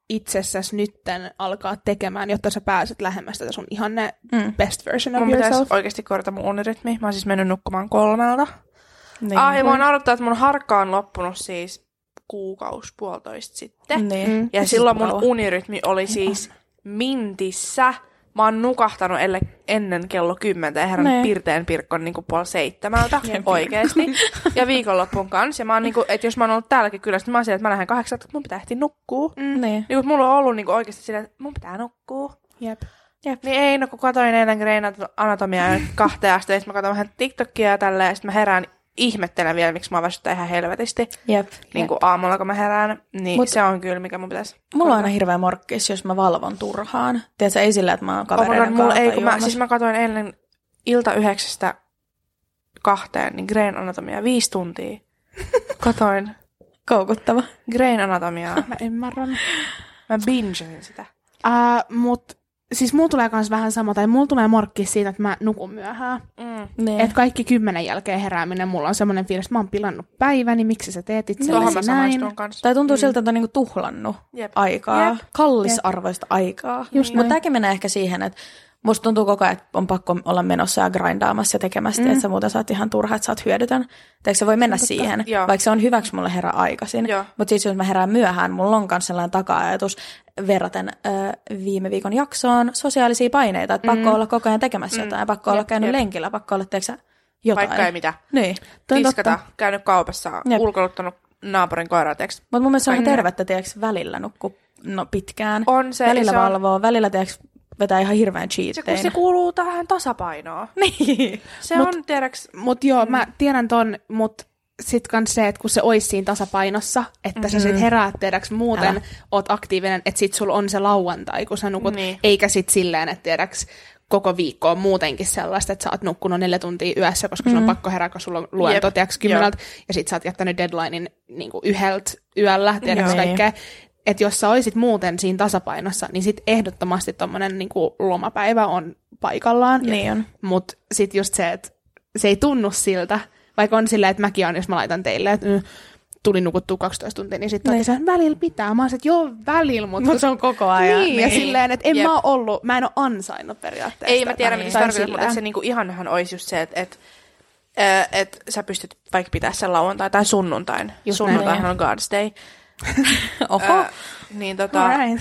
itsessäsi nytten alkaa tekemään, jotta sä pääset lähemmäs tätä sun ihanne mm. best version of mun yourself? Mun pitäisi oikeasti korjata mun unirytmi. Mä oon siis mennyt nukkumaan kolmelta. Niin. Ah, ja mä oon arvottaa, että mun harkka on loppunut siis kuukausi puolitoista sitten. Niin. Mm. Ja silloin mun unirytmi oli siis mintissä. Mä oon nukahtanut elle, ennen kello kymmentä ja herännyt pirteen pirkkon niin puoli seitsemältä oikeesti. Ja viikonloppuun kanssa. Ja mä oon niinku, että jos mä oon ollut täälläkin kyllä, mä oon siellä, että mä lähden kahdeksalta, että mun pitää ehtiä nukkuu. Mm. Niin. Niin mulla on ollut niinku oikeesti silleen, että mun pitää nukkuu. Jep. Jep. Niin ei, no kun katoin eilen Greyn Anatomiaa kahteen asti, ja sitten mä katsoin vähän TikTokia ja tälleen, ja sitten mä herään ihmettelen vielä, miksi mä väsyttää ihan helvetisti. Jep. Niin kuin aamulla, kun mä herään. Niin Mut se on kyllä, mikä mun pitäisi... Mulla on aina hirveä morkkis, jos mä valvon turhaan. Tiedätkö, ei sillä, että mä oon kavereiden oh, kanssa. Ei, kun mä, siis mä katsoin eilen ilta yhdeksästä kahteen, niin Greyn Anatomiaa viisi tuntia. Katoin. Koukuttava. Greyn Anatomiaa. Mä ymmärrän. Mä bingein sitä. Uh, mut... Siis mulla tulee kans vähän sama, tai mulla tulee morkki siitä, että mä nukun myöhään. Mm. Että kaikki kymmenen jälkeen herääminen, mulla on semmoinen fiilis, että mä oon pilannut päiväni, miksi sä teet itsellesi näin. Tai tuntuu mm. siltä, että on niinku tuhlannut Jep. aikaa, Jep. kallisarvoista Jep. aikaa. Mutta tämäkin menee ehkä siihen, että musta tuntuu koko ajan, että on pakko olla menossa ja grindaamassa ja tekemässä, mm. että sä muuten saat ihan turha, että sä oot hyödytön. Teekö se voi mennä Mutta, siihen, joo. vaikka se on hyväksi mulle herää aikaisin. Mutta siis jos mä herään myöhään, mulla on myös sellainen taka-ajatus verraten äh, viime viikon jaksoon sosiaalisia paineita, että mm. pakko olla koko ajan tekemässä mm. jotain, pakko jep, olla käynyt jep. lenkillä, pakko olla teeksä jotain. Vaikka ei mitä. Niin. Tiskata, käynyt kaupassa, jep. ulkoiluttanut naapurin koiraa, teeks. Mutta mun mielestä se on ihan tervettä, teeks, välillä nukkuu no, pitkään. On se. Välillä se valvoo, on... välillä teeks vetää ihan hirveän Se, cheattein. se kuuluu tähän tasapainoon. Niin. Se mut, on, tiedäks... Mut joo, mm. mä tiedän ton, mut sit kans se, että kun se ois siinä tasapainossa, että mm-hmm. sä sit heräät, tiedäks, muuten Älä. oot aktiivinen, että sit sulla on se lauantai, kun sä nukut, niin. eikä sit silleen, että tiedäks, koko viikko on muutenkin sellaista, että sä oot nukkunut neljä tuntia yössä, koska mm. sun on pakko herää, kun sulla on luento, tiedäks, kymmeneltä, ja sit sä oot jättänyt deadlinein niinku yhdeltä yöllä, tiedäks, kaikkea. Että jos sä oisit muuten siinä tasapainossa, niin sit ehdottomasti tommonen niinku lomapäivä on paikallaan. Niin on. Mut sit just se, että se ei tunnu siltä, vaikka on silleen, että mäkin on, jos mä laitan teille, että mm, tuli nukuttua kaksitoista tuntia, niin sitten niin. välillä pitää. Mä oon että joo, välillä, mutta... Mut se on koko ajan. Niin, niin. Ja silleen, että en Jep. mä oo ollut, mä en oo ansainnut periaatteessa. Ei, mä tiedän, mitä se tarkoittaa, mutta se niinku ihannehan olisi just se, että et, et sä pystyt vaikka pitää sen lauantai tai sunnuntain. Just Sunnuntaihan on God's Day. Oho. Äh, niin tota... Right.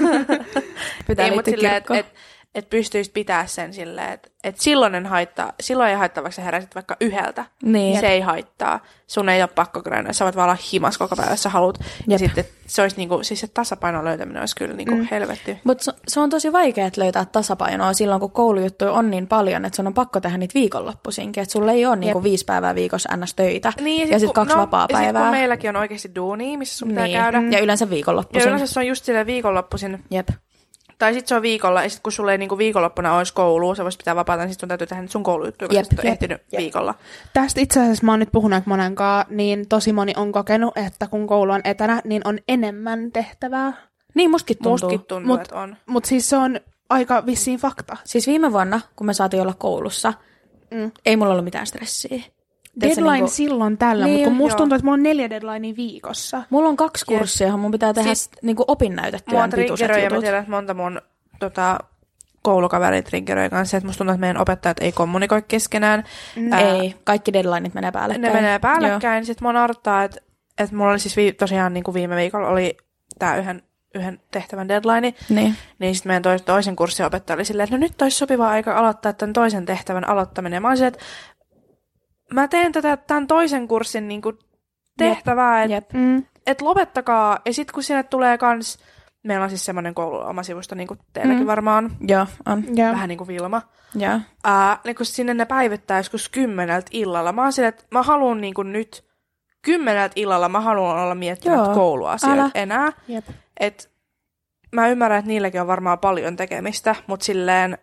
pitää ei, mutta silleen, että et, et pystyisit pitää sen silleen, että et silloin, en haittaa, silloin ei haittaa, vaikka sä heräsit vaikka yhdeltä. Niin. Se ei haittaa. Sun ei ole pakko grindata. Sä voit vaan olla himas koko päivä, jos sä haluat. Jep. Ja sitten se olisi niinku, siis se tasapainon löytäminen olisi kyllä niinku mm. helvetti. Mutta se, se on tosi vaikea löytää tasapainoa silloin, kun koulujuttuja on niin paljon, että sun on pakko tehdä niitä viikonloppuisinkin. Että sulla ei ole niinku viisi päivää viikossa ns. Töitä niin, ja sitten sit kaksi no, vapaa-päivää. Ja sitten kun meilläkin on oikeasti duunia, missä sun pitää niin. käydä. Ja yleensä viikonloppuisin. Ja yleensä se on just silleen viikonloppuisin. Jep. Tai sitten se on viikolla, ja sitten kun sulla ei niinku viikonloppuna olisi koulua, sä voisit pitää vapaata, niin sitten sun täytyy tehdä sun koulujuttuja, koska sit on ehtinyt jep. viikolla. Tästä itse asiassa mä oon nyt puhunut monen kanssa, niin tosi moni on kokenut, että kun koulu on etänä, niin on enemmän tehtävää. Niin, mustakin tuntuu. Mustakin tuntuu, mut, että on. Mutta siis se on aika vissiin fakta. Siis viime vuonna, kun me saatiin olla koulussa, mm. ei mulla ollut mitään stressiä. Deadline niinku... silloin tällä, niin, mutta kun musta joo. tuntuu, että mulla on neljä deadlinea viikossa. Mulla on kaksi kurssia, johon mun pitää tehdä siis, niinku opinnäytetyön pituiset jutut. Ja mä tiedän, että monta mun tota, koulukaverit triggeröi kanssa, että musta tuntuu, että meidän opettajat ei kommunikoi keskenään. Mm. Ää, ei, kaikki deadlineit menee päällekkäin. Ne menee päällekkäin. Sitten mua naurattaa, että, että mulla oli siis vi- tosiaan niin kuin viime viikolla oli tää yhden, yhden tehtävän deadline. Niin, niin sitten meidän tois, toisen kurssin opettaja oli silleen, että no nyt olisi sopiva aika aloittaa tämän toisen tehtävän aloittaminen. Ja mä olisin, että mä teen tätä tämän toisen kurssin niin kuin tehtävää, että mm. et lopettakaa. Ja sitten kun sinne tulee kans, meillä on siis semmoinen koulu oma sivusto, niin kuin teilläkin mm. varmaan. Joo, on. Vähän niin kuin Vilma. Joo. Uh, niin kun sinne ne päivittää joskus kymmeneltä illalla. Mä oon silleen, että mä haluan niin kuin nyt kymmeneltä illalla, mä haluan olla miettimättä kouluasioita enää. Et mä ymmärrän, että niilläkin on varmaan paljon tekemistä, mutta silleen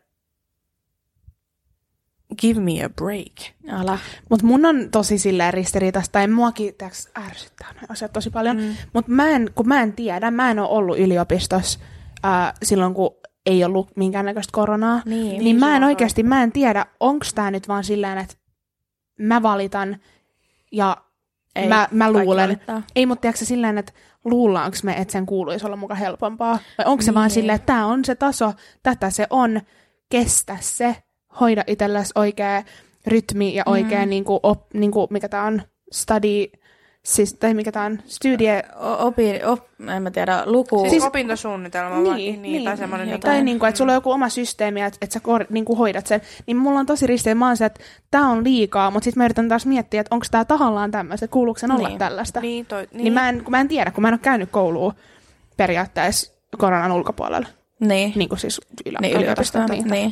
give me a break. Älä. Mut mun on tosi silleen ristiriitaista, tai muakin täks ärsyttää noin asiat tosi paljon. Mm. Mut mä en, kun mä en tiedä, mä en ole ollut yliopistossa äh, silloin, kun ei ollut minkäännäköistä koronaa. Niin, niin, niin mä en oikeasti, mä en tiedä, onko tää nyt vaan silleen, että mä valitan ja ei, mä, mä luulen. Ei, mutta tiedätkö silleen, että luullaanko me, että sen kuuluisi olla muka helpompaa? Vai onko se niin. vaan silleen, että tämä on se taso, tätä se on, kestä se, hoida itsellesi oikea rytmi ja oikea, mm. niin kuin, op, niin kuin, mikä tämä on, study, siis, tai mikä tämä on, studie... Opi, op, en mä tiedä, luku... Siis, siis opintosuunnitelma, niin, vai, niin, niin, tai semmoinen... Niin, tai niin kuin, että sulla on joku oma systeemi, että, että sä kor, niin kuin hoidat sen. Niin mulla on tosi risteä, mä oon se, että tää on liikaa, mutta sitten mä yritän taas miettiä, että onko tää tahallaan tämmöistä, että kuuluuko sen olla niin. tällaista. Niin, toi, niin. niin mä, en, kun mä en tiedä, kun mä en ole käynyt kouluun periaatteessa koronan ulkopuolella. Niin. Niin kuin siis ylä- niin, yliopistosta. Niin. niin.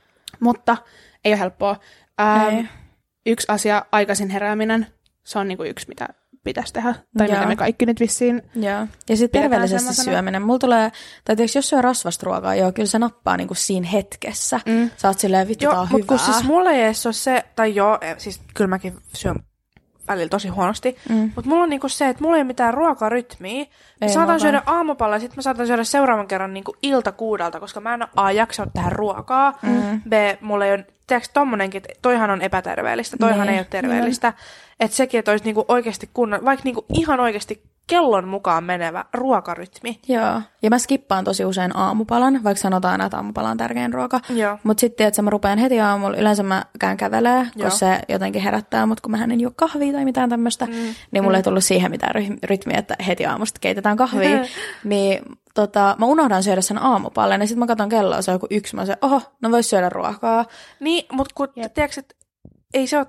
Mutta ei ole helppoa. Ähm, yksi asia, aikaisin herääminen, se on niin kuin yksi, mitä pitäisi tehdä. Tai Joo. mitä me kaikki nyt vissiin Joo. Ja sitten terveellisesti syöminen. Mulla tulee, tai tiiäks, jos syö rasvasta ruokaa, joo, kyllä se nappaa niinku siinä hetkessä. Mm. Sä oot silleen, vittu, tää on hyvää. Joo, siis mulla ei edes ole se, tai joo, siis kyllä mäkin syön välillä tosi huonosti, mm. mutta mulla on niinku se, että mulla ei ole mitään ruokarytmiä. Mä saatan syödä aamupalla ja sitten mä saatan syödä seuraavan kerran niinku ilta kuudelta, koska mä en ole A jaksanut tähän ruokaa. Mm. B, mulla ei ole, tiedätkö tommonenkin, että toihan on epäterveellistä, toihan mm. ei ole terveellistä. Mm. Että sekin, että olisi niinku oikeasti kunnon, vaikka niinku ihan oikeasti kellon mukaan menevä ruokarytmi. Joo, ja mä skippaan tosi usein aamupalan, vaikka sanotaan, että aamupala on tärkein ruoka. Mutta sitten, että mä rupean heti aamulla, yleensä mä käyn kävelee, kun Joo. se jotenkin herättää, mutta kun mä en juo kahvia tai mitään tämmöistä, mm. niin mulla mm. ei tullut siihen mitään rytmiä, että heti aamusta keitetään kahvia. niin tota, mä unohdan syödä sen aamupallen, ja sitten mä katson kelloa, se on joku yksi, mä se, oho, no vois syödä ruokaa. Niin, mutta kun tiedätkö, että ei se ole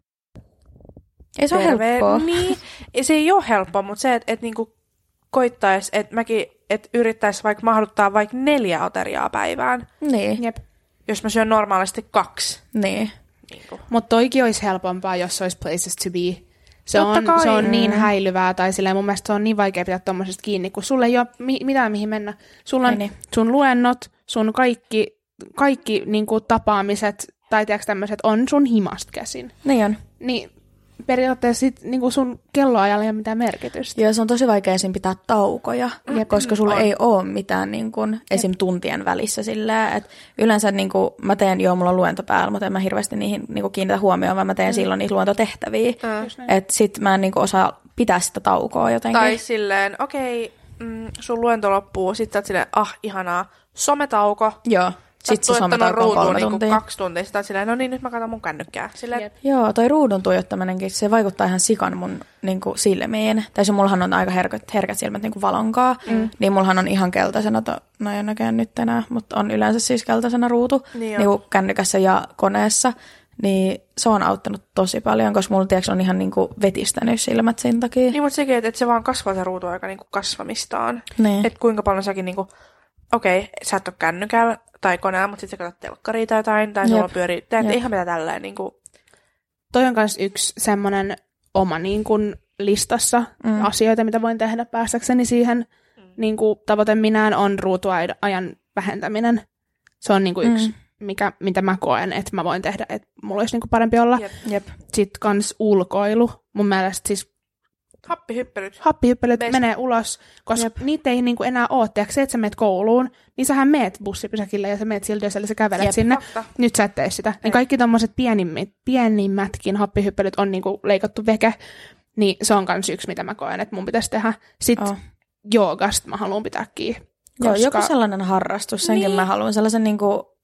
Ei se ole helppoa. Niin, se ei ole helppoa, mutta se, että et niinku koittaisi, että mäkin et yrittäisi vaikka mahduttaa vaikka neljä ateriaa päivään. Niin. Jep. Jos mä syön normaalisti kaksi. Niin. Niinku. Mutta toikin olisi helpompaa, jos se olisi places to be. Se on, se on niin häilyvää, tai silleen mun mielestä se on niin vaikea pitää tommosesta kiinni, kun sulla ei ole mi- mitään mihin mennä. Sulla on niin. sun luennot, sun kaikki, kaikki niinku tapaamiset, tai tiedätkö tämmöiset, on sun himasta käsin. Niin on. Niin periaatteessa sit, niinku sun kelloajalla ei ole mitään merkitystä. Joo, se on tosi vaikea esim. Pitää taukoja, mm, koska sulla on. ei ole mitään niin kun, esim. tuntien välissä silleen, että yleensä niin kun, mä teen, joo, mulla on luento päällä, mutta en mä hirveästi niihin niin kun, kiinnitä huomioon, vaan mä teen mm. silloin niitä luontotehtäviä. Mm. Että sit mä en niin kun, osaa pitää sitä taukoa jotenkin. Tai silleen, okei, okay, mm, sun luento loppuu, sit sä oot silleen, ah, ihanaa, sometauko. Joo. Sitten se sometauko on kolme niin tuntia. kaksi tuntia. Sitten silleen, no niin, nyt mä katson mun kännykkää. Silleen... Joo, toi ruudun tuijottaminenkin, se vaikuttaa ihan sikan mun niin kuin, silmiin. Tai se mullahan on aika herkät, herkät silmät niin kuin valonkaa, mm. niin mullahan on ihan keltaisena, to, no ei näkään nyt enää, mutta on yleensä siis keltaisena ruutu niin niin kuin kännykässä ja koneessa. Niin se on auttanut tosi paljon, koska mulla tiiäks, on ihan niin kuin vetistänyt silmät sen takia. Niin, mutta sekin, että, että se vaan kasvaa se ruutuaika niin kuin kasvamistaan. Niin. Että kuinka paljon säkin, niin kuin, okei, okay, sä et ole kännykällä tai koneella, mutta sitten sä katsot telkkaria tai jotain, tai sulla pyörii, teet ihan mitä tälleen. Niin kuin... Toi on myös yksi semmoinen oma niin kuin, listassa mm. asioita, mitä voin tehdä päästäkseni siihen mm. niin kuin, tavoite minään on ruutuajan vähentäminen. Se on niin kuin, yksi, mm. mikä, mitä mä koen, että mä voin tehdä, että mulla olisi niin kuin, parempi olla. Jep. Jep. Sitten kans ulkoilu. Mun mielestä siis Happihyppelyt. Happihyppelyt Beist. Menee ulos, koska Jep. niitä ei niinku enää ole. Tiedätkö, se, että sä meet kouluun, niin sähän meet bussipysäkille ja sä meet silti, jos sä kävelet Jep. sinne. Fakta. Nyt sä et tee sitä. Niin kaikki tommoset pienimmät, pienimmätkin happihyppelyt on niinku leikattu veke. Niin se on kans yksi, mitä mä koen, että mun pitäisi tehdä. Sitten oh. joogasta mä haluan pitää kiinni. Koska... Joo, joku sellainen harrastus. Senkin niin. Mä haluan sellaisen niinku...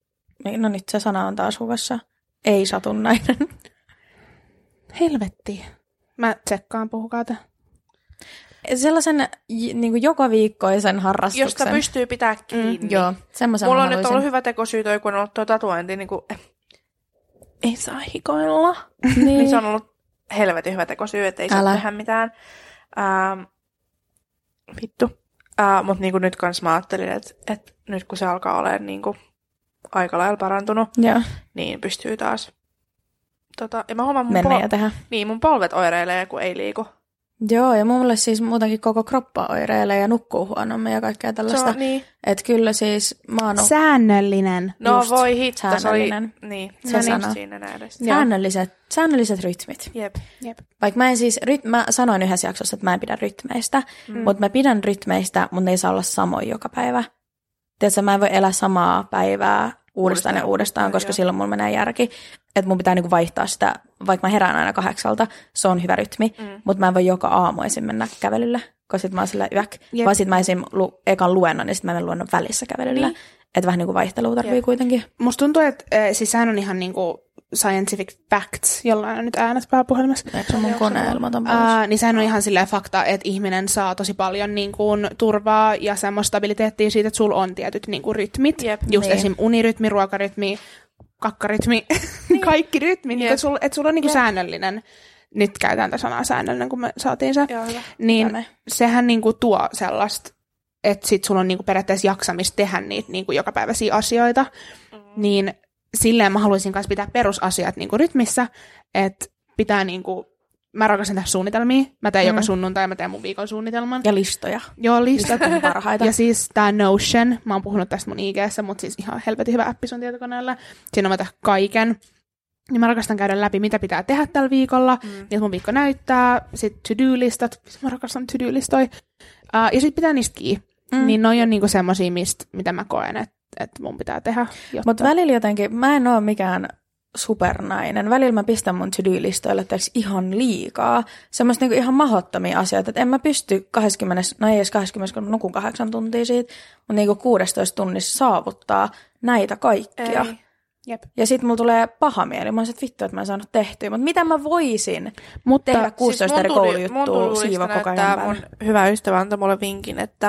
No nyt se sana on taas huvassa. Ei satunnainen. Helvetti. Mä tsekkaan, puhukaa te. Sellaisen niin kuin joka viikkoisen harrastuksen. Josta pystyy pitää kiinni. Mm, joo, semmoisen mulla on nyt ollut hyvä tekosyy toi, kun on ollut tuo tatuointi, niin kuin, ei saa hikoilla. Niin. Se on ollut helvetin hyvä tekosyy, että ei Älä. saa tehdä mitään. Ähm, vittu. Äh, Mutta niin nyt kans mä ajattelin, että, että nyt kun se alkaa olemaan niin kuin aika lailla parantunut, joo. niin pystyy taas... Tota, ja mä huomaan, mun, Mennä pol- tehdä. Niin, mun polvet oireilee, kun ei liiku. Joo, ja mulle siis muutenkin koko kroppa oireilee ja nukkuu huonommin ja kaikkea tällaista. Se on, niin. Että kyllä siis mä oon... Säännöllinen. No just, voi hitto, se oli... Niin, se sana. Siinä edes. Säännölliset, säännölliset rytmit. Jep. Jep. Vaikka mä en siis... Ryt, mä sanoin yhdessä jaksossa, että mä en pidä rytmeistä, mm. mutta mä pidän rytmeistä, mutta ne ei saa olla samoin joka päivä. Tiedätkö, mä en voi elää samaa päivää uudestaan, uudestaan ja uudestaan, koska jo. silloin mulla menee järki. Että mun pitää niinku vaihtaa sitä, vaikka mä herään aina kahdeksalta, se on hyvä rytmi, mm. mutta mä en voi joka aamu esim. Mennä kävelylle. kun sit mä oon silleen yäk. Yep. Vaan sit mä esim. Lu- ekan luennon, ja sit mä menen luennon välissä kävelyllä. Niin. Että vähän niinku vaihtelua tarvii yep. kuitenkin. Musta tuntuu, että äh, siis sehän on ihan niinku scientific facts, jollain on nyt äänet pääpuhelimessa. Eikö se on mun koneelma ton uh, Niin sehän on ihan silleen fakta, että ihminen saa tosi paljon niin kuin, turvaa ja semmoista stabiliteettia siitä, että sulla on tietyt niin kuin, rytmit. Jep, just niin. Esim. Unirytmi, ruokarytmi, kakkarytmi, niin. kaikki rytmi. Niin, että sulla et sul on niin kuin, säännöllinen. Nyt käytän tätä sanaa säännöllinen, kun me saatiin se. Joo, niin sehän niin kuin, tuo sellaista, että sit sulla on niin kuin, periaatteessa jaksamista tehdä niitä niin kuin, jokapäiväisiä asioita. Mm. Niin silleen mä haluaisin myös pitää perusasiat niinku rytmissä, että pitää niinku, mä rakastan tehdä suunnitelmia, mä teen mm. joka sunnuntai, mä teen mun viikon suunnitelman. Ja listoja. Joo, listat on parhaita. Ja siis tää Notion, mä oon puhunut tästä mun I G:ssä, mutta siis ihan helvetin hyvä appi sun tietokoneella. Siinä on mä tehdä kaiken. Niin mä rakastan käydä läpi, mitä pitää tehdä tällä viikolla, mm. miltä mun viikko näyttää, sit to-do-listat, mä rakastan to-do-listoja. Uh, ja sit pitää niistä kiinni. Mm. Niin noi on niinku semmosia, mistä, mitä mä koen, että että mun pitää tehdä. Jotta... Mutta välillä jotenkin, mä en oo mikään supernainen. Välillä mä pistän mun to-do-listoille teeksi ihan liikaa. Semmoista niinku ihan mahdottomia asioita, että en mä pysty kaksikymmentä, no ei edes kaksikymmentä, kun nukun kahdeksan tuntia siitä, mutta niinku kuusitoista tunnissa saavuttaa näitä kaikkia. Ei. Jep. Ja sit mulla tulee paha mieli. Mä oon sit vittu, että mä en saanut tehtyä. Mutta mitä mä voisin mutta tehdä kuusitoista siis eri koulujuttua siivo koko ajan päällä? Mun hyvä ystävä antoi mulle vinkin, että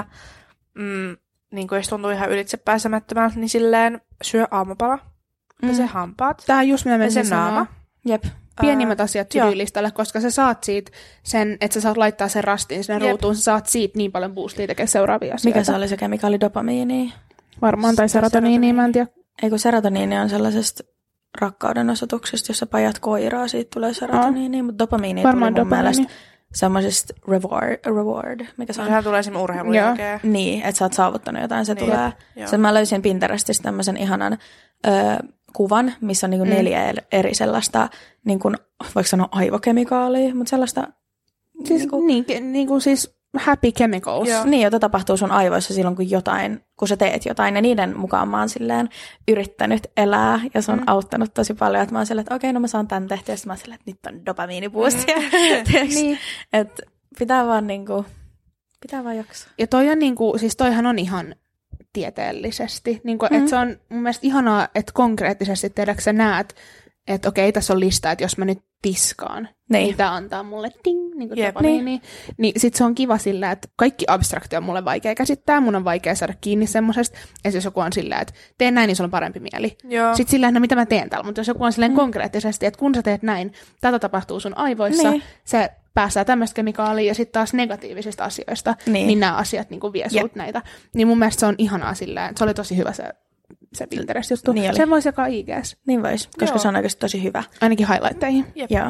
mm, niin jos tuntuu ihan ylitse pääsemättömältä, niin silleen syö aamupala, mm. pese hampaat, tää on just mitä pese naama. Jep. Pienimmät asiat to-do-listalle, koska sä saat siitä sen, että sä saat laittaa sen rastin sinne Jep. ruutuun, sä saat siitä niin paljon boostia tekemään seuraavia asioita. Mikä se oli se kemikaali dopamiini? Varmaan, tai serotoniini, mä en tiedä. Eikö serotoniini on sellaisesta rakkauden osoituksesta, jossa pajat koiraa, siitä tulee serotoniini, no. mutta dopamiini tuli mun dopamiini. mielestä semmoisesta reward, reward, mikä se on? Sehän tulee sinne urheilun jälkeen. Niin, että sä oot saavuttanut jotain, se niin. tulee. Sen mä löysin Pinterestistä tämmöisen ihanan ö, kuvan, missä on niinku mm. neljä eri sellaista, niinku, voiko sanoa aivokemikaalia, mutta sellaista... Siis, niinku, niin, niin kuin siis happy chemicals. Joo. Niin, jota tapahtuu sun aivoissa silloin, kun jotain, kun sä teet jotain, ja niiden mukaan mä oon silleen yrittänyt elää, ja se on mm. auttanut tosi paljon, että mä oon silleen, että okei, no mä saan tän tehtyä, ja sitten mä oon silleen, että nyt on dopamiinipuustia. Mm. niin. Että pitää vaan niinku, pitää vaan jaksaa. Ja toi on niinku, siis toihan on ihan tieteellisesti, niinku, mm. että se on mun mielestä ihanaa, että konkreettisesti tiedätkö sä näet, että okei, tässä on lista, että jos mä nyt tiskaan, niin, niin tämä antaa mulle ting, niin kuin yep, niin. niin, niin sit se on kiva sillä, että kaikki abstrakti on mulle vaikea käsittää, mun on vaikea saada kiinni semmosesta, ja jos joku on sillä, että teen näin, niin sulla on parempi mieli. Joo. Sitten sillä, no mitä mä teen täällä, mutta jos joku on silleen mm. konkreettisesti, että kun sä teet näin, tätä tapahtuu sun aivoissa, niin. se päästää tämmöistä kemikaalia, ja sitten taas negatiivisista asioista, niin, niin nämä asiat niin vie sulta yep. näitä. Niin mun mielestä se on ihanaa sillä, se oli tosi hyvä se se Pinterest-juttu. Niin sen voisi jakaa I G:ssä. Niin voisi, koska Joo. se on oikeasti tosi hyvä. Ainakin highlightteihin. Jep. Joo.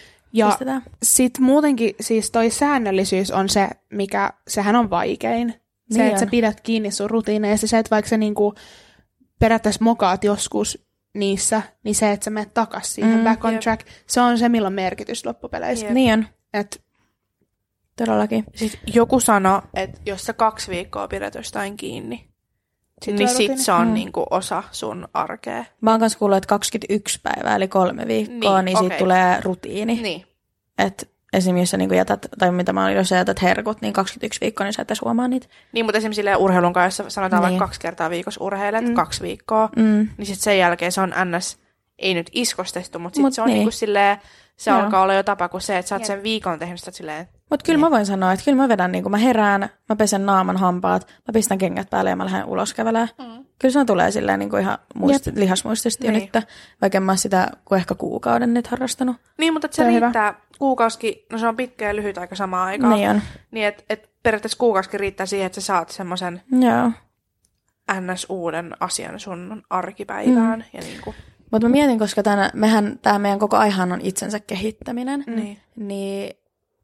Ja sitten muutenkin siis toi säännöllisyys on se, mikä, sehän on vaikein. Se, niin että on. Sä pidät kiinni sun rutiineista. Se, että vaikka sä niinku periaatteessa mokaat joskus niissä, niin se, että sä menet takas siihen mm, back on jep. track, se on se, millä on merkitys loppupeleissä. Jep. Niin on. Et, todellakin. Siis joku sanoi, että jos sä kaksi viikkoa pidät jostain kiinni, Sit niin sit se on mm. niinku osa sun arkea. Mä oon kanssa kuullut, että kaksikymmentäyksi päivää, eli kolme viikkoa, niin, niin okay. siitä tulee rutiini. Niin. Että esimerkiksi jos sä niinku jätät, tai mitä mä olin, jos sä jätät herkut, niin kaksikymmentäyksi viikkoa, niin sä et edes huomaa niitä. Niin, mutta esimerkiksi silleen urheilun kanssa, jos sanotaan niin. vaikka kaksi kertaa viikossa urheilet, mm. kaksi viikkoa, mm. niin sit sen jälkeen se on ns, ei nyt iskostettu, mutta sit Mut se on niin. niinku silleen, se Joo. alkaa olla jo tapa kuin se, että sä oot sen viikon tehnyt sitä silleen. Mutta kyllä niin. mä voin sanoa, että kyllä mä vedän, niin kun mä herään, mä pesen naaman hampaat, mä pistän kengät päälle ja mä lähden ulos kävelemään. Mm. Kyllä se tulee silleen niin kuin ihan muisti, lihasmuistisesti niin. jo nyt, vaikka en mä sitä kuin ehkä kuukauden nyt harrastanut. Niin, mutta se, se riittää hyvä. Kuukausikin, no se on pitkä ja lyhyt aika samaan aikaan. Niin on. Niin, että et periaatteessa kuukausikin riittää siihen, että sä saat semmoisen ns. Uuden asian sun arkipäivään. Mm. Ja niin kuin. Mutta mä mietin, koska tämän, mehän, tämä meidän koko aihan on itsensä kehittäminen, mm. niin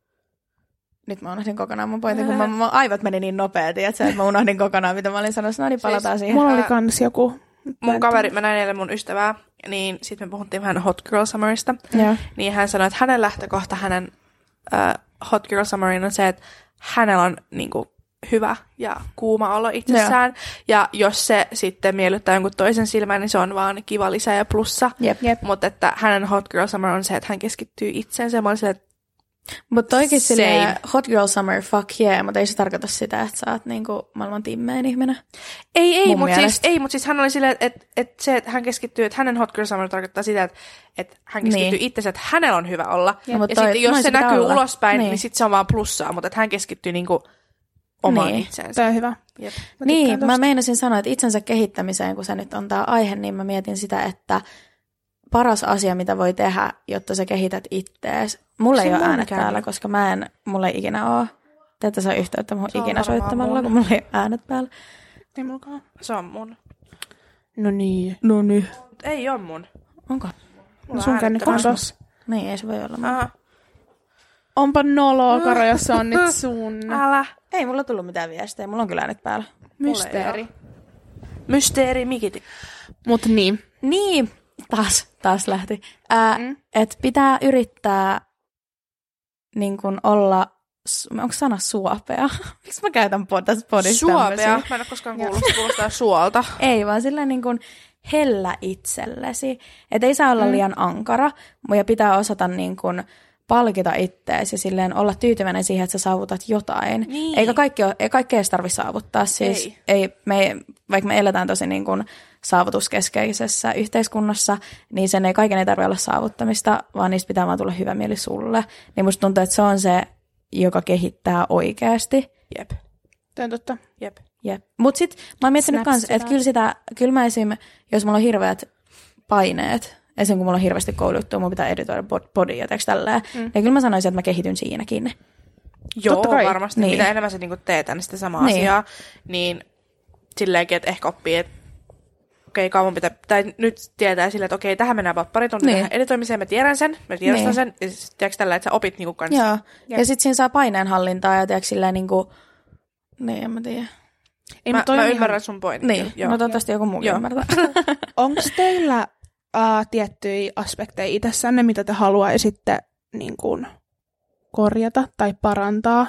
nyt mä unohdin kokonaan mun pointin, kun mä, mä aivot meni niin nopeasti, että mä unohdin kokonaan, mitä mä olin sanonut. No niin, palataan siis, siihen. Mulla oli kans joku. Mun kaveri, mä näin eilen mun ystävää, niin sitten me puhuttiin vähän Hot Girl Summerista. Ja. Niin hän sanoi, että hänen lähtökohta hänen uh, Hot Girl Summerin on se, että hänellä on niinku hyvä ja kuuma olo itsessään. Ja, ja jos se sitten miellyttää jonkun toisen silmään, niin se on vaan kiva lisä ja plussa. Jep, jep. Mutta että hänen Hot Girl Summer on se, että hän keskittyy itseensä. Mä olisin, että Mutta toikin silleen hot girl summer, fuck yeah, mutta ei se tarkoita sitä, että sä oot niinku maailman timmein ihminen. Ei, ei, mutta siis, mut siis hän oli silleen, että et se, että hän keskittyy, että hänen hot girl summer tarkoittaa sitä, että et hän keskittyy niin. itsensä, että hänellä on hyvä olla. Ja, ja sitten jos se näkyy olla. ulospäin, niin, niin sitten se on vaan plussaa, mutta että hän keskittyy niinku omaan niin. itseensä. Tämä on hyvä. Jep. Mä niin, mä meinasin sanoa, että itsensä kehittämiseen, kun se nyt on tää aihe, niin mä mietin sitä, että paras asia, mitä voi tehdä, jotta sä kehität ittees. Mulla ei ole äänet käy. päällä, koska mä en, mulla ei ikinä ole. Te ette saa yhteyttä muun ikinä soittamalla, mun. kun mulla ei ole äänet päällä. Ei mulkaan. Se on mun. No niin. No niin. Ei ole mun. Onko? No sun kännykkä on tossa. Niin, ei se voi olla mun. Aha. Onpa noloa, Karo, jos se on nyt sun. Älä. Ei mulla tullut mitään viestejä. Mulla on kyllä äänet päällä. Mysteeri. Mysteeri, mikiti. Mut niin. Niin. Taas, taas lähti. Ää, mm. Että pitää yrittää niin kun olla, onko sana suopea? Miksi mä käytän tässä podissa Suopea? Tämmöisiä? Mä en ole koskaan kuullut, se kuulostaa suolta. Ei, vaan sillä niin kun hellä itsellesi. Että ei saa olla mm. liian ankara, ja pitää osata niin kun palkita itteesi ja silleen olla tyytyväinen siihen, että sä saavutat jotain. Niin. Eikä kaikki ole, ei kaikkea edes tarvitse saavuttaa. Siis ei. Ei, me, vaikka me eletään tosi niin kuin saavutuskeskeisessä yhteiskunnassa, niin sen ei kaiken ei tarvitse olla saavuttamista, vaan niistä pitää vaan tulla hyvä mieli sulle. Niin musta tuntuu, että se on se, joka kehittää oikeasti. Jep. Tämä on totta. Jep. Jep. Mut sit mä oon miettinyt kans, että kyllä sitä, kyllä mä esim, jos mulla on hirveät paineet, esim. Kun mulla on hirveästi kouluttua, mun pitää editoida podia, teekö tälleen, mm. niin kyllä mä sanoisin, että mä kehityn siinäkin. Joo, varmasti. Niin. Mitä enemmän sä niinku teet tänne sitä samaa niin. asiaa, niin silleenkin, että ehkä oppii, että okei, okay, kauan pitää, tai nyt tietää silleen, että okei, okay, tähän mennään pappari, tuonne niin. editoimiseen, mä tiedän sen, mä tiedostan niin. sen, ja sitten tiedätkö tällä, että sä opit niinku kanssa. Joo, ja, ja sitten siinä saa paineenhallintaa, ja tiedätkö silleen niinku, niin en mä tiedä. Ei, mä, mä ymmärrän ihan sun pointin. Niin, joo. No toivottavasti joku muukin ymmärtää. Onko teillä uh, tiettyjä aspekteja itsessänne, mitä te haluaisitte niin kuin korjata tai parantaa?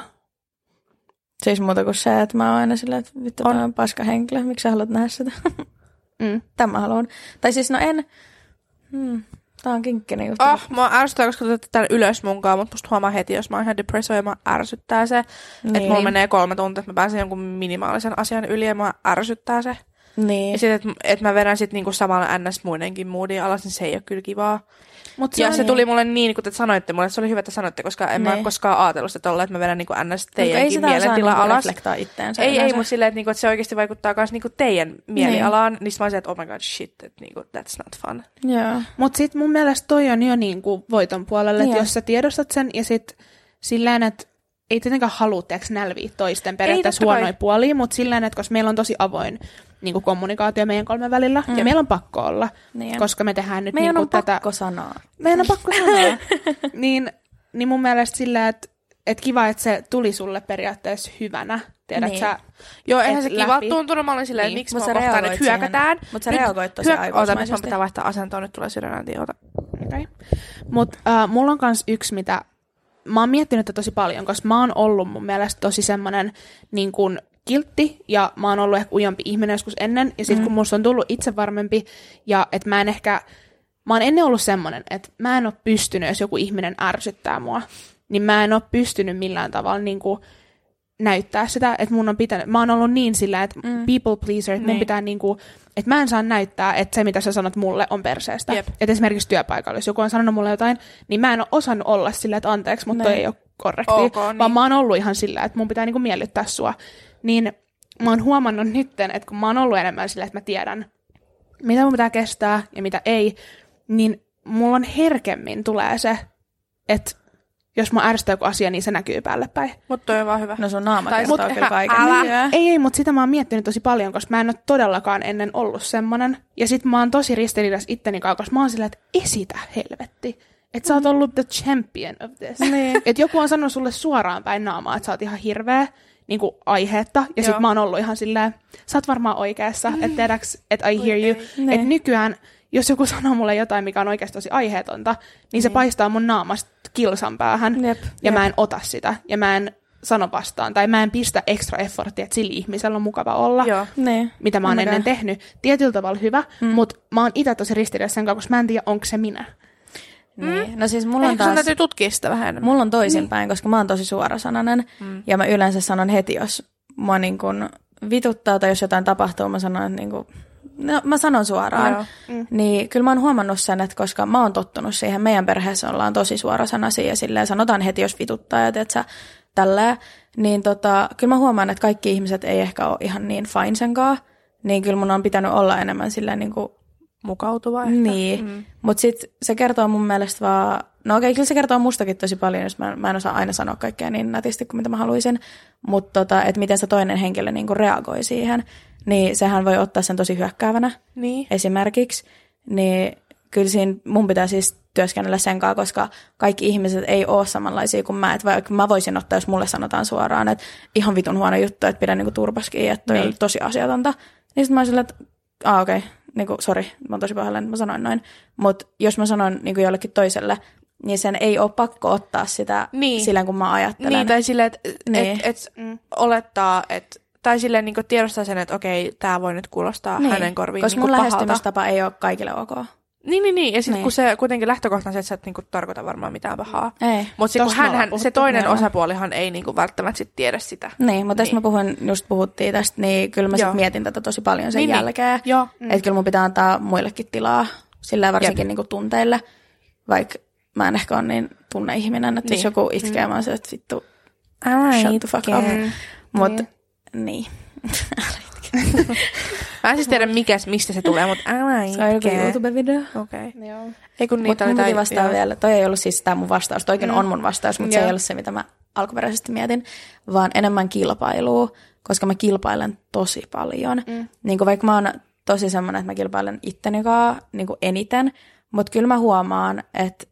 Siis muuta kuin se, että mä oon aina silleen, että vittu on. Tämä on paska henkilö, miksi sä haluat nähdä sitä? Mm. Tämä haluan. Tai siis no en, hmm, tää on kinkkinen juttu. Oh, mua ärsyttää, koska te tämän ylös munkaan, mutta musta huomaa heti, jos mä oon ihan depressio ja mua ärsyttää se, niin. että mulla menee kolme tuntia, että mä pääsen jonkun minimaalisen asian yli ja mua ärsyttää se. Niin. Ja sitten, että et mä vedän sitten niinku samalla ns. Muidenkin moodin alas, niin se ei ole kyllä kivaa. Mut se ja se niin. tuli mulle niin, kun te sanoitte mulle, että se oli hyvä, että sanoitte, koska en niin. mä koskaan ajatellut sitä olla, että mä vedän niinku ns. Teidänkin mielentila niinku alas. Itteensä ei, ei, mutta silleen, että, niinku, että se oikeasti vaikuttaa myös niinku teidän mielialaan, niin, niin mä olisin, että oh my god, shit, että niinku, that's not fun. Yeah. Mutta sitten mun mielestä toi on jo niinku voiton puolelle, että yeah. jos sä tiedostat sen ja sitten silleen, että ei tietenkään halua nälviä toisten periaatteessa huonoja puolia, mutta silleen, että koska meillä on tosi avoin niin kuin kommunikaatio meidän kolmen välillä, mm. ja meillä on pakko olla, niin. koska me tehdään nyt meidän niin kuin on tätä... pakko sanoa. Meidän on pakko sanoa. niin, niin mun mielestä silleen, että et kiva, että se tuli sulle periaatteessa hyvänä. Tiedät niin. sä... Joo, eihän se kiva tuntunut. Mä olin silleen, niin. että miksi mä kohtaan nyt hyökätään. Mutta sä reagoit tosi hyök... aivoismaisesti. Ota, pitää vaihtaa asentoa, nyt tulee sydänääntiin. Okei. Okay. Mutta uh, mulla on kans yksi, mitä... Mä oon miettinyt tätä tosi paljon, koska mä oon ollut mun mielestä tosi semmonen niin kuin kiltti, ja mä oon ollut ehkä ujompi ihminen joskus ennen, ja sit mm. kun musta on tullut itsevarmempi, ja että mä en ehkä, mä oon ennen ollut semmonen, että mä en oo pystynyt, jos joku ihminen ärsyttää mua, niin mä en oo pystynyt millään tavalla niin kuin näyttää sitä, että mun on pitänyt, mä oon ollut niin sillä, että mm. people pleaser, että mun niin. pitää niinku, että mä en saa näyttää, että se mitä sä sanot mulle on perseestä. Yep. Että esimerkiksi työpaikalla, jos joku on sanonut mulle jotain, niin mä en ole osannut olla sillä, että anteeksi, mutta toi ei ole korrekti. Okay, vaan niin. mä oon ollut ihan sillä, että mun pitää niinku miellyttää sua. Niin mä oon huomannut nytten, että kun mä oon ollut enemmän sillä, että mä tiedän, mitä mun pitää kestää ja mitä ei, niin mulla on herkemmin tulee se, että jos mä ärsytän joku asia, niin se näkyy päälle päin. Mutta toi on vaan hyvä. No sun naama kertoo kyllä kaiken. Ei, ei, mutta sitä mä oon miettinyt tosi paljon, koska mä en ole todellakaan ennen ollut semmonen. Ja sit mä oon tosi ristiriidassa itteni kanssa, koska mä oon silleen, että esitä helvetti. Että sä oot ollut the champion of this. Niin. Että joku on sanonut sulle suoraan päin naamaa, että sä oot ihan hirveä niin kuin aiheetta. Ja sit mä oon ollut ihan silleen, sä oot varmaan oikeassa, että tiedäks, että I hear you. Niin. Että nykyään, jos joku sanoo mulle jotain, mikä on oikeasti tosi aiheetonta, niin, niin. se paistaa mun naamasta kilsan päähän. Jep, ja jep. mä en ota sitä. Ja mä en sano vastaan. Tai mä en pistä extra efforttia, että sillä ihmisellä on mukava olla. Joo. Ne. Mitä mä oon ennen tehnyt. Tietyllä tavalla hyvä, mm. mutta mä oon itse tosi ristiriidassa sen kanssa, koska mä en tiedä, onko se minä. Niin. No siis mulla on Ehkä taas... sun täytyy tutkia sitä vähän enemmän. Mulla on toisinpäin, niin. koska mä oon tosi suorasanainen. Mm. Ja mä yleensä sanon heti, jos mua niin kun vituttaa tai jos jotain tapahtuu, mä sanon, että niin kun... No, mä sanon suoraan. Mm. Niin kyllä mä oon huomannut sen, että koska mä oon tottunut siihen, meidän perheessä ollaan tosi suorasanaisia ja silleen sanotaan heti, jos vituttaa ja teet sä tälleen. Niin tota, kyllä mä huomaan, että kaikki ihmiset ei ehkä ole ihan niin fine senkaan. Niin kyllä mun on pitänyt olla enemmän silleen niin kuin mukautuva ehkä. Niin, mm. mutta sitten se kertoo mun mielestä vaan, no okei, kyllä se kertoo mustakin tosi paljon, jos mä, mä en osaa aina sanoa kaikkea niin nätisti kuin mitä mä haluaisin, mutta tota, että miten se toinen henkilö niinku reagoi siihen, niin sehän voi ottaa sen tosi hyökkäävänä niin. esimerkiksi, niin kyllä siinä mun pitää siis työskennellä sen kanssa, koska kaikki ihmiset ei ole samanlaisia kuin mä, että vaikka mä voisin ottaa, jos mulle sanotaan suoraan, että ihan vitun huono juttu, että pidän niinku turpaskiin, että toi niin. on tosi asiatonta, niin sitten mä oon silleen, että aah okei, okay. Niinku, sori, mä oon tosi pahoillani, että mä sanoin noin. Mutta jos mä sanon niinku jollekin toiselle, niin sen ei ole pakko ottaa sitä niin. silleen, kun mä ajattelen. Niin, tai silleen, että niin. et, et mm. olettaa, että tai silleen niinku tiedostaa sen, että okei, tää voi nyt kuulostaa niin. hänen korviin koska niinku mun pahalta. lähestymistapa ei ole kaikille ok. Niin, niin, niin. Ja sitten niin. kun se kuitenkin lähtökohtaan se, että sä et niinku tarkoita varmaan mitään pahaa. Ei. Mutta sitten kun hän, se toinen joo. osapuolihan ei niinku välttämättä sit tiedä sitä. Niin, mutta niin. tässä mä puhun, just puhuttiin tästä, niin kyllä mä sit mietin tätä tosi paljon sen niin, jälkeen. Niin. Mm. Että kyllä mun pitää antaa muillekin tilaa, sillä varsinkin niinku tunteille, vaikka mä en ehkä ole niin tunneihminen, että niin. jos joku itkee, mm. mä oon se, että vittu, shut the fuck up. Mutta niin. Mä en siis tiedä, mikä, mistä se tulee, mutta älä itke. Se on joku YouTube-video. Okei. Okay. Joo. Ei kun niitä oli tai... vastaa joo. vielä. Toi ei ollut siis tää mun vastaus. Toikin mm. on mun vastaus, mutta joo. se ei ollut se, mitä mä alkuperäisesti mietin. Vaan enemmän kilpailua, koska mä kilpailen tosi paljon. Mm. Niin kuin vaikka mä oon tosi semmoinen, että mä kilpailen ittenikaan niin kuin eniten. Mutta kyllä mä huomaan, että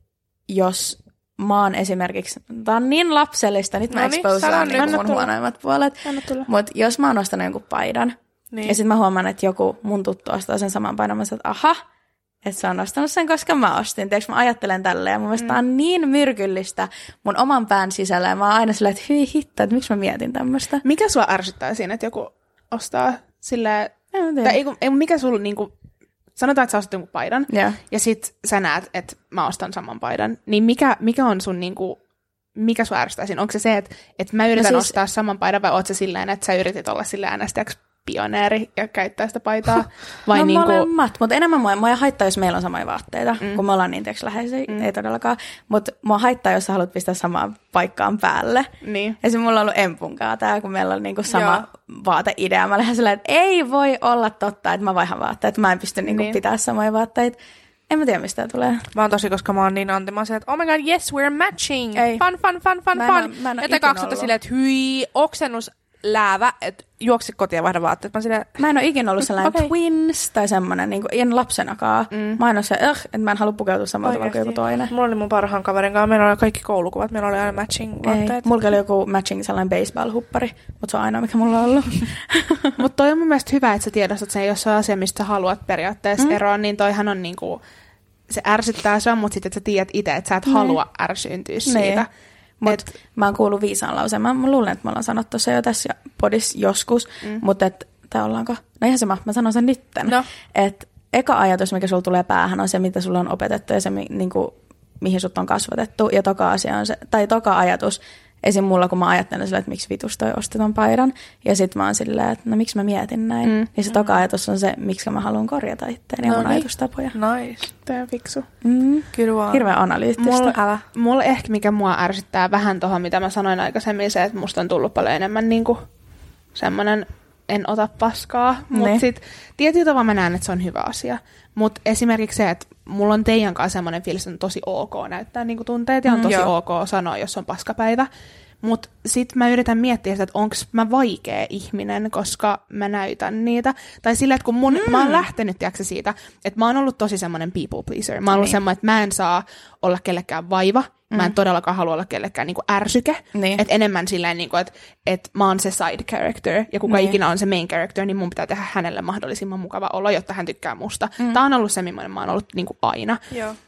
jos mä oon esimerkiksi, tää on niin lapsellista, nyt mä no niin, exposaan niin mun huonoimmat puolet. Mutta jos mä oon ostanut jonkun paidan, niin. ja sitten mä huomaan, että joku mun tuttu ostaa sen saman paidan, mä sanon, että aha, että se on ostanut sen, koska mä ostin. Tiedätkö, mä ajattelen tälleen, ja mun mielestä mm. tää on niin myrkyllistä mun oman pään sisällä, ja mä oon aina silleen, että hyi hitto, että miksi mä mietin tämmöistä. Mikä sua ärsyttää siinä, että joku ostaa silleen, tai ei, ei, mikä sulla niinku, sanotaan, että sä ostat jonkun paidan, yeah. ja sit sä näet, että mä ostan saman paidan, niin mikä, mikä on sun niinku, mikä sua ärsyttää siinä? Onko se se, että, että mä yritän no siis... ostaa saman paidan, vai oot sä silleen, että sä yritit olla silleen äänestäjäksi pioneeri ja käyttää sitä paitaa? Vai no niinku... molemmat, mutta enemmän mua, mua haittaa, jos meillä on samoja vaatteita, mm. kun me ollaan niin tiiäks läheisiä, mm. ei todellakaan. Mutta mua haittaa, jos sä haluat pistää samaan paikkaan päälle. Niin. Esimerkiksi mulla on ollut empunkaan tää, kun meillä on niinku sama Joo. vaateidea. Mä lähden silleen, että ei voi olla totta, että mä vaihan vaatteet. Mä en pysty niinku niin. pitää samoja vaatteita. En mä tiedä, mistä tää tulee. Mä oon tosi, koska mä oon niin anti. Mä oon silleen, että oh my god, yes, we're matching. Ei. Fun, fun, fun, fun, fun. Ja te kaksi olette silleen, että hyi, oksennus, läävä, että juoksi kotiin ja vaihda vaatteet. Mä, silleen, mä en ole ikinä ollut sellainen okay. twins tai semmoinen, niin kuin, en lapsenakaan. Mm. Mä en ole se, äh, että mä en halua pukeutua samalla tavalla kuin joku toinen. Mulla oli mun parhaan kaverin kanssa, meillä oli kaikki koulukuvat, meillä oli aina matching vaatteet. Mulla oli joku matching sellainen baseball-huppari, mutta se on ainoa, mikä mulla on ollut. Mutta toi on mun mielestä hyvä, että sä tiedostat sen, jos se on asia, mistä haluat periaatteessa mm. eroa, niin toihan on niinku, se ärsyttää sua, mutta sitten sä tiedät itse, että sä et mm. halua ärsyyntyä siitä. Mutta mä oon kuullut viisaan lauseen. Mä, mä luulen, että me ollaan sanottu se jo tässä podissa joskus, mm. mutta että, tai ollaanko? No ihan sama, mä sanon sen nytten. No. Että eka ajatus, mikä sulla tulee päähän, on se, mitä sulla on opetettu ja se, niin kuin, mihin sut on kasvatettu. Ja toka asia on se, tai toka ajatus, esim. Mulla, kun mä ajattelen sille, että miksi vitus toi osti ton paidan. Ja sit mä oon silleen, että no miksi mä mietin näin. Mm. Ja se toka ajatus on se, miksi mä haluan korjata itteeni ja mun ajatustapoja. Nice. Tää on fiksu. Mm. Kyllä vaan. Hirveän analyyttistä. Mulla, mulla ehkä mikä mua ärsyttää vähän tohon, mitä mä sanoin aikaisemmin, se, että musta on tullut paljon enemmän niinku semmonen en ota paskaa. Mutta sit tietyllä tavalla mä näen, että se on hyvä asia. Mutta esimerkiksi se, että mulla on teidän kanssa semmoinen fiilis, että on tosi ok näyttää niinku tunteet ja on tosi mm, ok sanoa, jos on paskapäivä. Mutta sitten mä yritän miettiä sitä, että onko mä vaikea ihminen, koska mä näytän niitä. Tai sillä, että kun mun, mm. mä oon lähtenyt tiiäksä, siitä, että mä oon ollut tosi semmoinen people pleaser. Mä oon ollut niin. semmoinen, että mä en saa olla kellekään vaiva. Mm. Mä en todellakaan halua olla kellekään niinku ärsyke. Niin. Että enemmän silleen, niinku, että et mä oon se side character. Ja kuka niin. ikinä on se main character, niin mun pitää tehdä hänelle mahdollisimman mukava olo, jotta hän tykkää musta. Mm. Tää on ollut se, millainen mä oon ollut niinku aina.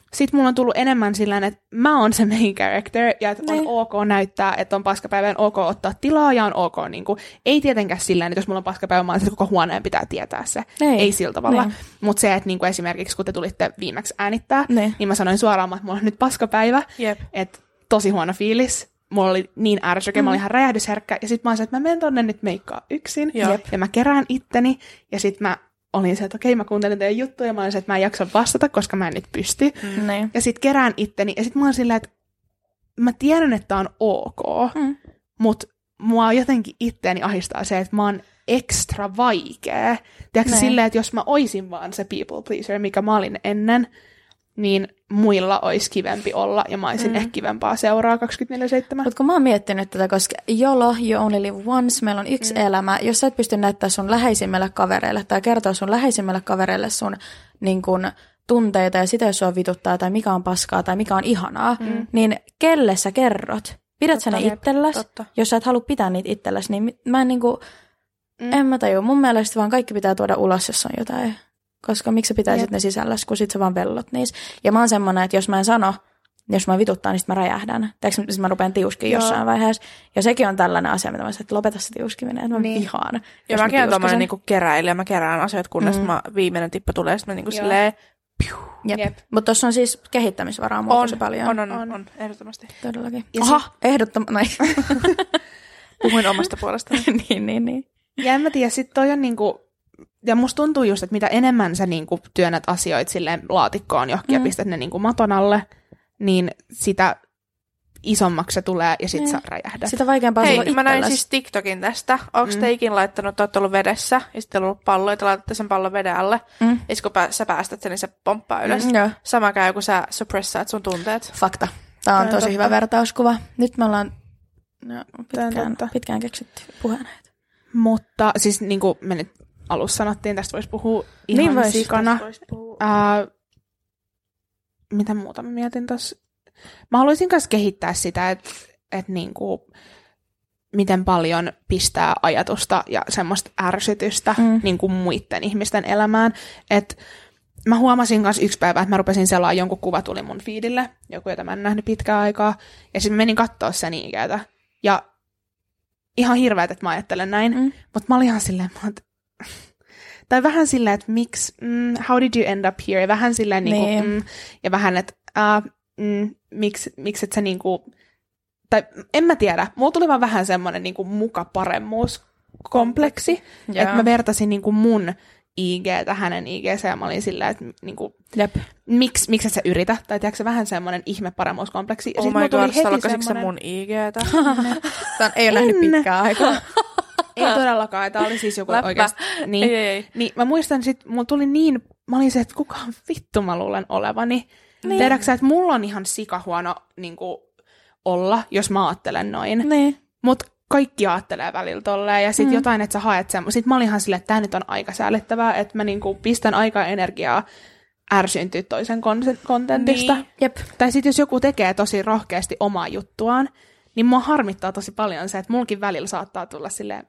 sit mulla on tullut enemmän sillä että mä oon se main character, ja että on niin. ok näyttää, että on paskapäivä, on ok ottaa tilaa, ja on ok, niin kuin, ei tietenkään sillä että jos mulla on paskapäivä, mä oon, että koko huoneen pitää tietää se. Ei, ei sillä tavalla. Mutta se, että niin kuin esimerkiksi kun te tulitte viimeksi äänittää, niin, niin mä sanoin suoraan, että mulla on nyt paskapäivä, että tosi huono fiilis. Mulla oli niin ärsyke, mm. mä olin ihan räjähdysherkkä, ja sit mä olin se, että mä menen tonne nyt meikkaa yksin, Jep. ja mä kerään itteni, ja sit mä olin se, että okei, mä kuuntelen teidän juttuja, ja mä olin se, että mä en jaksa vastata, koska mä en nyt pysty. Mm. Ja sit kerään itteni, ja sit mä olin silleen, että mä tiedän, että on ok, mm. mut mua jotenkin itteeni ahistaa se, että mä oon ekstra vaikea. Tiedätkö silleen, että jos mä oisin vaan se people pleaser, mikä mä olin ennen, niin muilla olisi kivempi olla, ja mä olisin mm. ehkä kivempaa seuraa kaksikymmentäneljä seitsemän. Mutta kun mä oon miettinyt tätä, koska YOLO, you only live once, meillä on yksi mm. elämä, jos sä et pysty näyttämään sun läheisimmille kavereille, tai kertoa sun läheisimmille kavereille sun niin kun, tunteita, ja sitä jos sua vituttaa, tai mikä on paskaa, tai mikä on ihanaa, mm. niin kelle sä kerrot? Pidät totta, sä ne itselläs? Totta. Jos sä et halua pitää niitä itselläs, niin mä en niinku, mm. en mä tajua. Mun mielestä vaan kaikki pitää tuoda ulos, jos on jotain. Koska miksi sä pitäisit Jep. ne sisälläs, kun sit sä vaan vellot niissä. Ja mä oon semmonen, että jos mä en sano, jos mä vituttaa, niin sit mä räjähdän. Teekö, sit mä rupean tiuskiin jossain vaiheessa. Ja sekin on tällainen asia, mitä mä sanoin, että lopeta se tiuskiminen, että mä niin. vihaan. Ja mäkin olen tommoinen niinku keräilijä, mä kerään asioita, kunnes mm. mä viimeinen tippa tulee, sit mä niinku silleen... Mutta tuossa on siis kehittämisvaraa muuta se paljon. On, on, on, on, ehdottomasti. Todellakin. Aha! Ehdottomasti. Puhuin omasta puolestani. niin, niin, niin. Ja en mä tiedä, sit toi on niinku... Ja musta tuntuu just, että mitä enemmän sä niinku työnnät asioita silleen laatikkoon johonkin mm. ja pistät ne niinku maton alle, niin sitä isommaksi se tulee ja sit mm. sä räjähdät. Sitä vaikeampaa Hei, sulla mä näin itselläs. siis TikTokin tästä. Onko Mm. te ikin laittanut, että olette ollut vedessä ja sitten ollut pallo, että laitatte sen pallon veden alle. Mm. Ja sit kun pä- sä päästät sen, niin se pomppaa ylös. Mm, joo. Sama käy, kun sä suppressaat sun tunteet. Fakta. Tää on Tää on tosi totta. hyvä vertauskuva. Nyt me ollaan no, pitkään, totta. pitkään keksitty puheenaiheita. Mutta siis niin kuin me nyt alussa sanottiin, tästä voisi puhua ihan Niin vois, sikana. Vois puhua. Uh, mitä muuta mä mietin tossa? Mä haluaisin myös kehittää sitä, että et niinku, miten paljon pistää ajatusta ja semmoista ärsytystä mm. niinku muiden ihmisten elämään. Et mä huomasin myös yksi päivä, että mä rupesin selaamaan, jonkun kuva tuli mun feedille, joku, jota mä en nähnyt pitkään aikaa, ja sitten mä menin kattoo sen ikäitä. Ja ihan hirveät, että mä ajattelen näin, mm. mutta mä olin ihan silleen, mä oon, tai vähän silleen, että miksi, mm, how did you end up here, ja vähän silleen, niin kuin, mm, ja vähän, että uh, mm, miksi, miksi et sä niinku, tai en mä tiedä, mulla tuli vaan vähän semmoinen niinku muka paremmuuskompleksi, että mä vertasin niinku mun I G:tä hänen I G:sä, ja mä olin silleen, että niinku, miksi, miksi et sä yritä, tai tiedätkö vähän semmoinen ihme paremmuuskompleksi. Ja oh sit my god, semmoinen... sä mun I G:tä? Tämä ei ole nähnyt pitkään aikaa. Ei todellakaan, tämä oli siis joku Läppä. oikeasti. Niin, ei, ei. niin mä muistan, sit mulla tuli niin, mä olin se, että kukaan vittu mä luulen olevani. Niin. Tiedätkö sä, että mulla on ihan sikahuono niin kuin, olla, jos mä ajattelen noin. Niin. Mutta kaikki ajattelee välillä tolleen, ja sit mm. jotain, että sä haet semmoista. Sit mä olin ihan silleen, että tää nyt on aika säällittävää, että mä niinku pistän aikaa energiaa ärsyntyä toisen kontentista. Niin. Jep. Tai sit jos joku tekee tosi rohkeasti omaa juttuaan, niin mua harmittaa tosi paljon se, että mulkin välillä saattaa tulla silleen,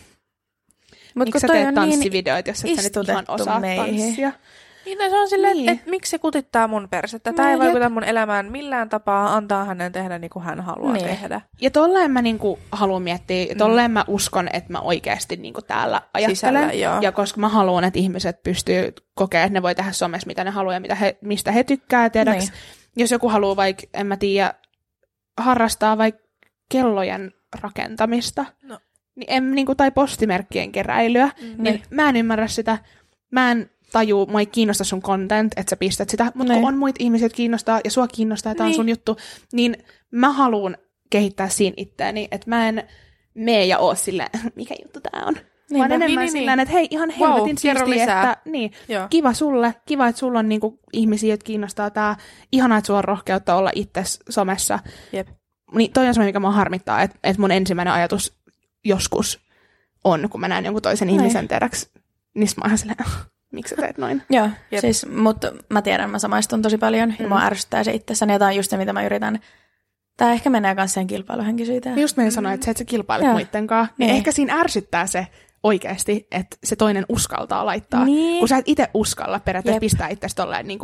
Mut miksi sä teet tanssivideoita, jos et sä nyt ihan osaa meihin. Tanssia. Niin, se on silleen, niin. että et, miksi se kutittaa mun persettä. Tämä ei vaikuta mun elämään millään tapaa, antaa hänen tehdä niin kuin hän haluaa niin. tehdä. Ja tolleen mä niinku haluan miettiä, mm. tolleen mä uskon, että mä oikeasti niinku täällä ajattelen. Sisällä, joo. Ja koska mä haluan, että ihmiset pystyy kokemaan, että ne voi tehdä somessa, mitä ne haluaa ja mitä he, mistä he tykkää. Tiedäks, niin. Jos joku haluaa vaikka, en mä tiedä, harrastaa vaikka kellojen rakentamista, no. niin en, niinku, tai postimerkkien keräilyä, mm. niin mä en ymmärrä sitä. Mä en tajuu, mua ei kiinnosta sun content, että sä pistät sitä, mutta kun on muita ihmisiä, jotka kiinnostaa, ja sua kiinnostaa, että niin. on sun juttu, niin mä haluan kehittää siinä itseäni, että mä en mene ja oo silleen, mikä juttu tää on. Niin, vaan enemmän niin, niin, silleen, että hei, ihan helvetin wow, siistiä, että niin, kiva sulle, kiva, että sulla on niinku ihmisiä, jotka kiinnostaa tää, ihanaa, että sulla on rohkeutta olla itse somessa. Jep. Niin toi on semmoinen, mikä mua harmittaa, että, että mun ensimmäinen ajatus joskus on, kun mä näen jonkun toisen Nein. ihmisen teräksi, niin mä oon silleen, miksi sä teet noin? Joo, siis, mutta mä tiedän, mä samaistun tosi paljon, mm. ja mua ärsyttää se itsessäni, ja tää on just se, mitä mä yritän. Tää ehkä menee kanssa sen kilpailuhenkisyyteen. Just meidän sanoin, että se, että sä kilpailet Joo. muittenkaan, niin ei. Ehkä siinä ärsyttää se oikeasti, että se toinen uskaltaa laittaa. Niin. Kun sä et itse uskalla periaatteessa Jep. pistää itsestä tolleen niin kuin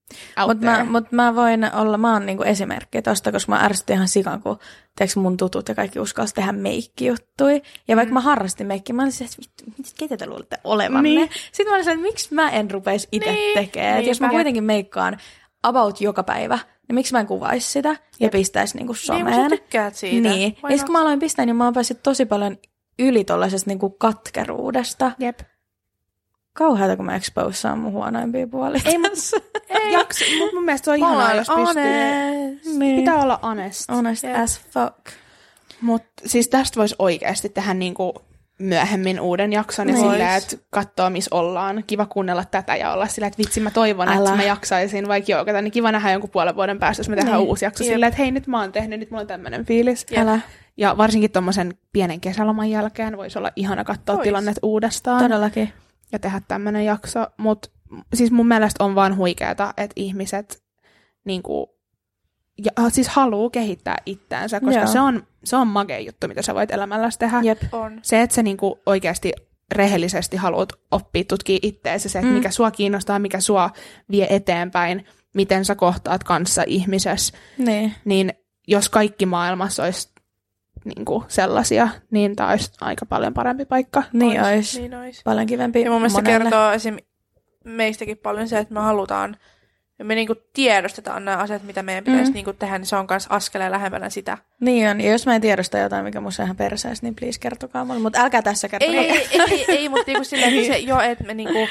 Mutta mä, mut mä voin olla, mä oon niinku esimerkki tosta, koska mä ärsytin ihan sikan, kun teekö mun tutut ja kaikki uskalsi tehdä meikkijuttui. Ja vaikka mm. mä harrastin meikkiä, mä olin siis, että vittu, ketä te luulette olevanne? Niin. Sitten mä olin että miksi mä en rupeisi itse niin. tekemään. Niin, jos mä kuitenkin meikkaan about joka päivä, niin miksi mä en kuvaisi sitä ja Jep. pistäisi niinku someen. Niin, mutta sä tykkäät siitä. Niin. Ja sitten kun mä aloin pistää, niin mä oon päässyt tosi paljon yli tollasesta niinku katkeruudesta. Jep. Kauheata, kun mä exposaan mun huonoimpia puolia. Ei, ei. Jakso, mutta mun mielestä se on ihanaa, jos pystyy. Niin. Pitää olla honest. Honest yeah. as fuck. Mutta siis tästä voisi oikeasti tehdä niinku myöhemmin uuden jakson ja silleen, että katsoo, missä ollaan. Kiva kuunnella tätä ja olla silleen, että vitsi, mä toivon, Älä. että mä jaksaisin vaikka joukata. Niin kiva nähdä jonkun puolen vuoden päästä, jos me tehdään niin. uusi jakso Jep. silleen, että hei, nyt mä oon tehnyt, nyt mulla on tämmönen fiilis. Älä. Ja varsinkin tommosen pienen kesäloman jälkeen voisi olla ihana katsoa Vois. tilannet uudestaan. Todellakin. Ja tehdä tämmönen jakso. Mutta siis mun mielestä on vaan huikeeta, että ihmiset niinku, ja, siis haluaa kehittää itseänsä, koska se on, se on magea juttu, mitä sä voit elämälläsi tehdä. Jep. On. Se, että sä niinku oikeasti rehellisesti haluat oppia, tutkia itseäsi, se, että mm. mikä sua kiinnostaa, mikä sua vie eteenpäin, miten sä kohtaat kanssa ihmisessä, niin, niin jos kaikki maailmassa olisi niinku sellaisia, niin tämä olisi aika paljon parempi paikka. Niin olisi. Niin ois. Paljon kivempi ja mun mielestä monelle. se kertoo esim. Meistäkin paljon se, että me halutaan, ja me niinku tiedostetaan nämä asiat, mitä meidän pitäisi mm. niinku tehdä, niin se on myös askeleen lähempänä sitä. Niin on, ja jos mä en tiedosta jotain, mikä musta ihan perseessä, niin please kertokaa mulle, mutta älkää tässä kertokaa. Ei, ei, ei, ei, ei mutta niinku silleen, että se jo, että me niinku,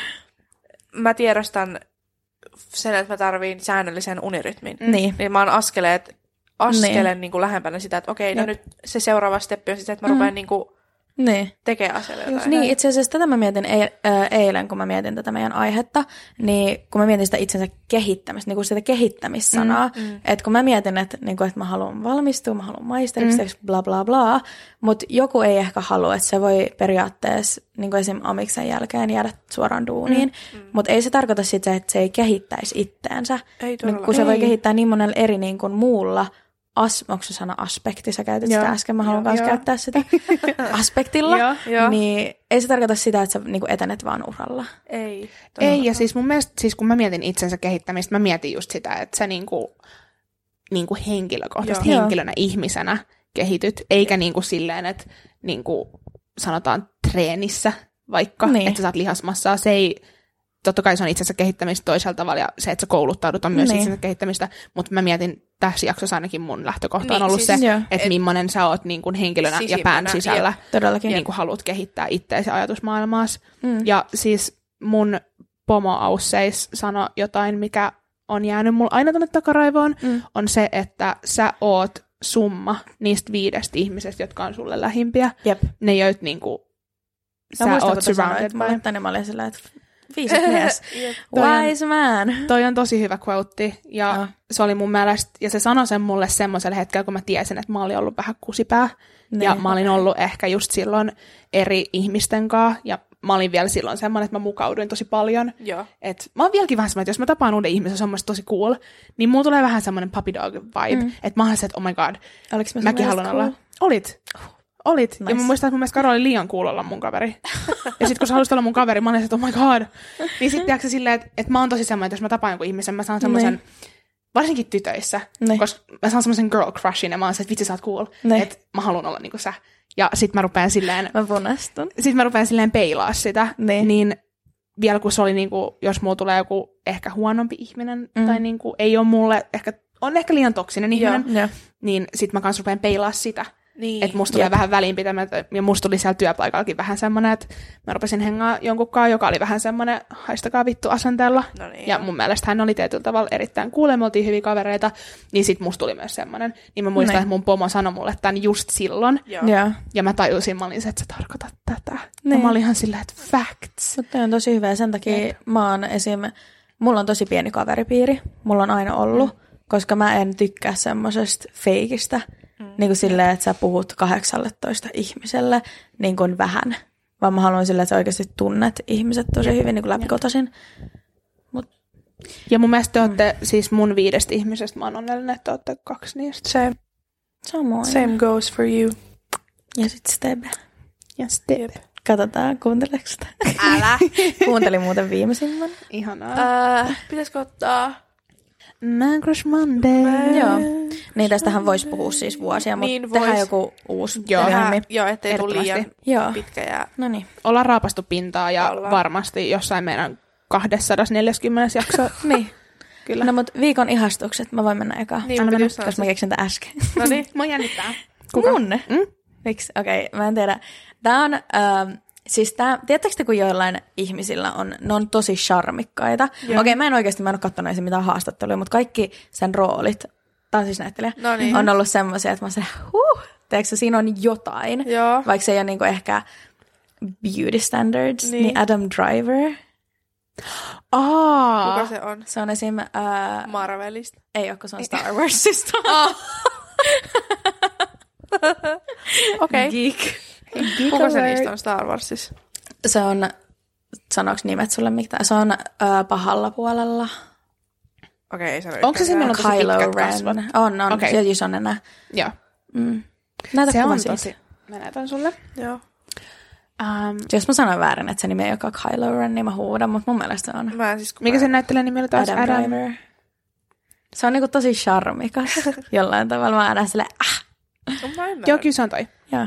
mä tiedostan sen, että mä tarviin säännöllisen unirytmin. Niin. Niin mä oon askeleet, askeleen niin. niinku lähempänä sitä, että okei, no nyt se seuraava steppi on sitä, että mä rupean mm. niinku niin. tekee asioita jotain. Niin, itse asiassa tätä mä mietin eilen, kun mä mietin tätä meidän aihetta, niin kun mä mietin sitä itsensä kehittämistä, niin kuin sitä kehittämissanaa, mm, mm. että kun mä mietin, että, niin kuin, että mä haluan valmistua, mä haluan maisteriksi, mm. bla bla bla, mutta joku ei ehkä halua, että se voi periaatteessa niin kuin esim. Amiksen jälkeen jäädä suoraan duuniin, mm, mm. mutta ei se tarkoita sitä, että se ei kehittäisi itteensä, ei niin, kun se ei. voi kehittää niin monella eri niin kuin muulla. As, onko se sana aspekti, sä käytit sitä äsken, mä haluan myös käyttää sitä aspektilla, jo, jo. Niin ei se tarkoita sitä, että sä niinku etenet vaan uralla. Ei. Ei, ja siis mun mielestä, siis kun mä mietin itsensä kehittämistä, mä mietin just sitä, että sä niinku, niinku henkilökohtaisesti, Joo. henkilönä, ihmisenä kehityt, eikä niinku silleen, että niinku sanotaan treenissä vaikka, niin. että sä saat lihasmassaa, se ei, totta kai se on itsensä kehittämistä toisella tavalla, ja se, että sä kouluttaudut on myös niin. itsensä kehittämistä, mutta mä mietin, tässä jaksossa ainakin mun lähtökohta niin, on ollut siis, se, että et, millainen sä oot niin kuin henkilönä sisimpänä, ja pään sisällä. Todellakin. Ja niin kuin haluat kehittää itseäsi ajatusmaailmaasi. Mm. Ja siis mun pomo Ausseis sanoi jotain, mikä on jäänyt mulla aina tuonne takaraivoon, mm. on se, että sä oot summa niistä viidestä ihmisestä, jotka on sulle lähimpiä. Jep. Ne joit niin kuin sä mä oot surrounded by. Mä tänne mä olin sillä, että viisit mies. Wise man. Toi on tosi hyvä quote. Ja no. se oli mun mielestä, ja se sanoi sen mulle semmoisella hetkellä, kun mä tiesin, että mä olin ollut vähän kusipää. Ne. Ja mä olin ollut ehkä just silloin eri ihmisten kanssa. Ja mä olin vielä silloin semmoinen, että mä mukauduin tosi paljon. Joo. Et mä oon vieläkin vähän semmoinen, että jos mä tapaan uuden ihmisen, se on mun tosi cool, niin mulla tulee vähän semmoinen puppy dog vibe. Mm. Että mä oon se, että oh my god, Oliko mä mäkin haluan cool? olla. Olit. Olit. Nice. Ja mä muistan, että mun mielestä Karo oli liian cool olla mun kaveri. Ja sit kun sä halusit olla mun kaveri, mä olin että oh my god. Niin sit tiedätkö silleen, että, että mä oon tosi semmoinen, että jos mä tapaan jonkun ihmisen, mä saan semmoisen, niin. varsinkin tytöissä, niin. koska mä saan semmoisen girl crushin ja mä oon se, että vitsi sä oot cool. Niin. Että mä haluan olla niinku sä. Ja sit mä rupean silleen... Mä punastun. Sit mä rupean silleen peilaa sitä. Niin. Niin vielä kun se oli niinku, jos mulla tulee joku ehkä huonompi ihminen, mm. tai niinku ei ole mulle, ehkä, on ehkä liian toksinen ihminen, Joo. niin sit mä kans rupean peilaa sitä. Niin. Että musta tulee Jep. vähän väliinpitämättä, ja musta tuli siellä työpaikallakin vähän semmoinen, että mä rupesin hengaa jonkunkaan, joka oli vähän semmoinen haistakaa vittu asenteella. No niin, ja jo. mun mielestä hän oli tietyllä tavalla erittäin cool, me oltiin hyviä kavereita, niin sit musta tuli myös semmoinen. Niin mä muistan, Noin. että mun pomo sanoi mulle tämän just silloin, Joo. Joo. ja mä tajusin, mä olin se, että sä tarkoitat tätä. Niin. Ja mä olin ihan silleen, että facts. Mutta on tosi hyvä, sen takia Jep. mä oon esim... Mulla on tosi pieni kaveripiiri, mulla on aina ollut, mm. koska mä en tykkää semmosesta feikistä. Mm. Niin kuin silleen, että sä puhut kahdeksalletoista ihmiselle niin kuin vähän. Vaan mä haluan silleen, että sä oikeasti tunnet ihmiset tosi hyvin niin kuin läpikotasin. Mut. Ja mun mielestä te ootte, mm. siis mun viidestä ihmisestä, mä oon onnellinen, että te ootte kaksi niistä. Same. Samoin. Same goes for you. Ja sit Steb. Ja Steb. Jep. Katsotaan, kuunteleeko sitä? Älä. Kuuntelin muuten viimeisimmän. Ihanaa. Uh, pitäisikö ottaa Man Crush Monday. Man. Joo. Niin tästähän voisi puhua siis vuosia, mutta Niin tehdään vois. joku uusi Joo. tehdään. Joo, ettei tule liian Ehdottomasti. Joo. pitkä ja... No niin. Ollaan raapastu pintaa ja Ollaan. varmasti jossain meidän kaksisataaneljäkymmentä jakso. Niin. Kyllä. No mut viikon ihastukset, mä voin mennä eka. Niin, Anna mä mennä, just Koska mä keksin tämän äsken. No niin. Mua jännittää. Kuka? Mun? Mm? Miksi? Okei, okay, mä en tiedä. Tää on, ähm, siis tää, tiedättekö te, kun joillain ihmisillä on, ne on tosi charmikkaita. Okei, okay, mä en oikeasti, mä en ole katsonut edes mitään haastatteluja, mutta kaikki sen roolit, tää on siis näyttelijä, No niin. on ollut semmoisia, että mä sanoin, huh, tiedätkö, siinä on jotain. Joo. Vaikka se ei ole niinku ehkä beauty standards, niin, Niin. niin Adam Driver, Aa. Kuka se on? se on esim. Äh, Marvelista. ei ole, kun se on Star Warsista. Okei. Geek. Kuka se niistä on Star Warsissa? Se on, sanoks nimet sulle mitään? Se on äh, pahalla puolella. Okei, ei sano Onko se yhtään. semmoinen tosi Kylo pitkät Ren. kasvot? On, on. Okei. Okay. Ja on enää. Joo. Mm. Näytä Se kuva on siitä. tosi. Mä näytän sulle. Joo. Um, Jos mä sanon väärin, että se nimi ei olekaan Kylo Ren, niin mä huudan, mutta mun mielestä se on Mä en siis... kun mikä mä... sen näyttelijän nimi oli taas? Adam, Adam. Driver. Se on niinku tosi charmikas jollain tavalla. Mä aina silleen, ah, No, mä en Joo, kyllä se on toi. joo.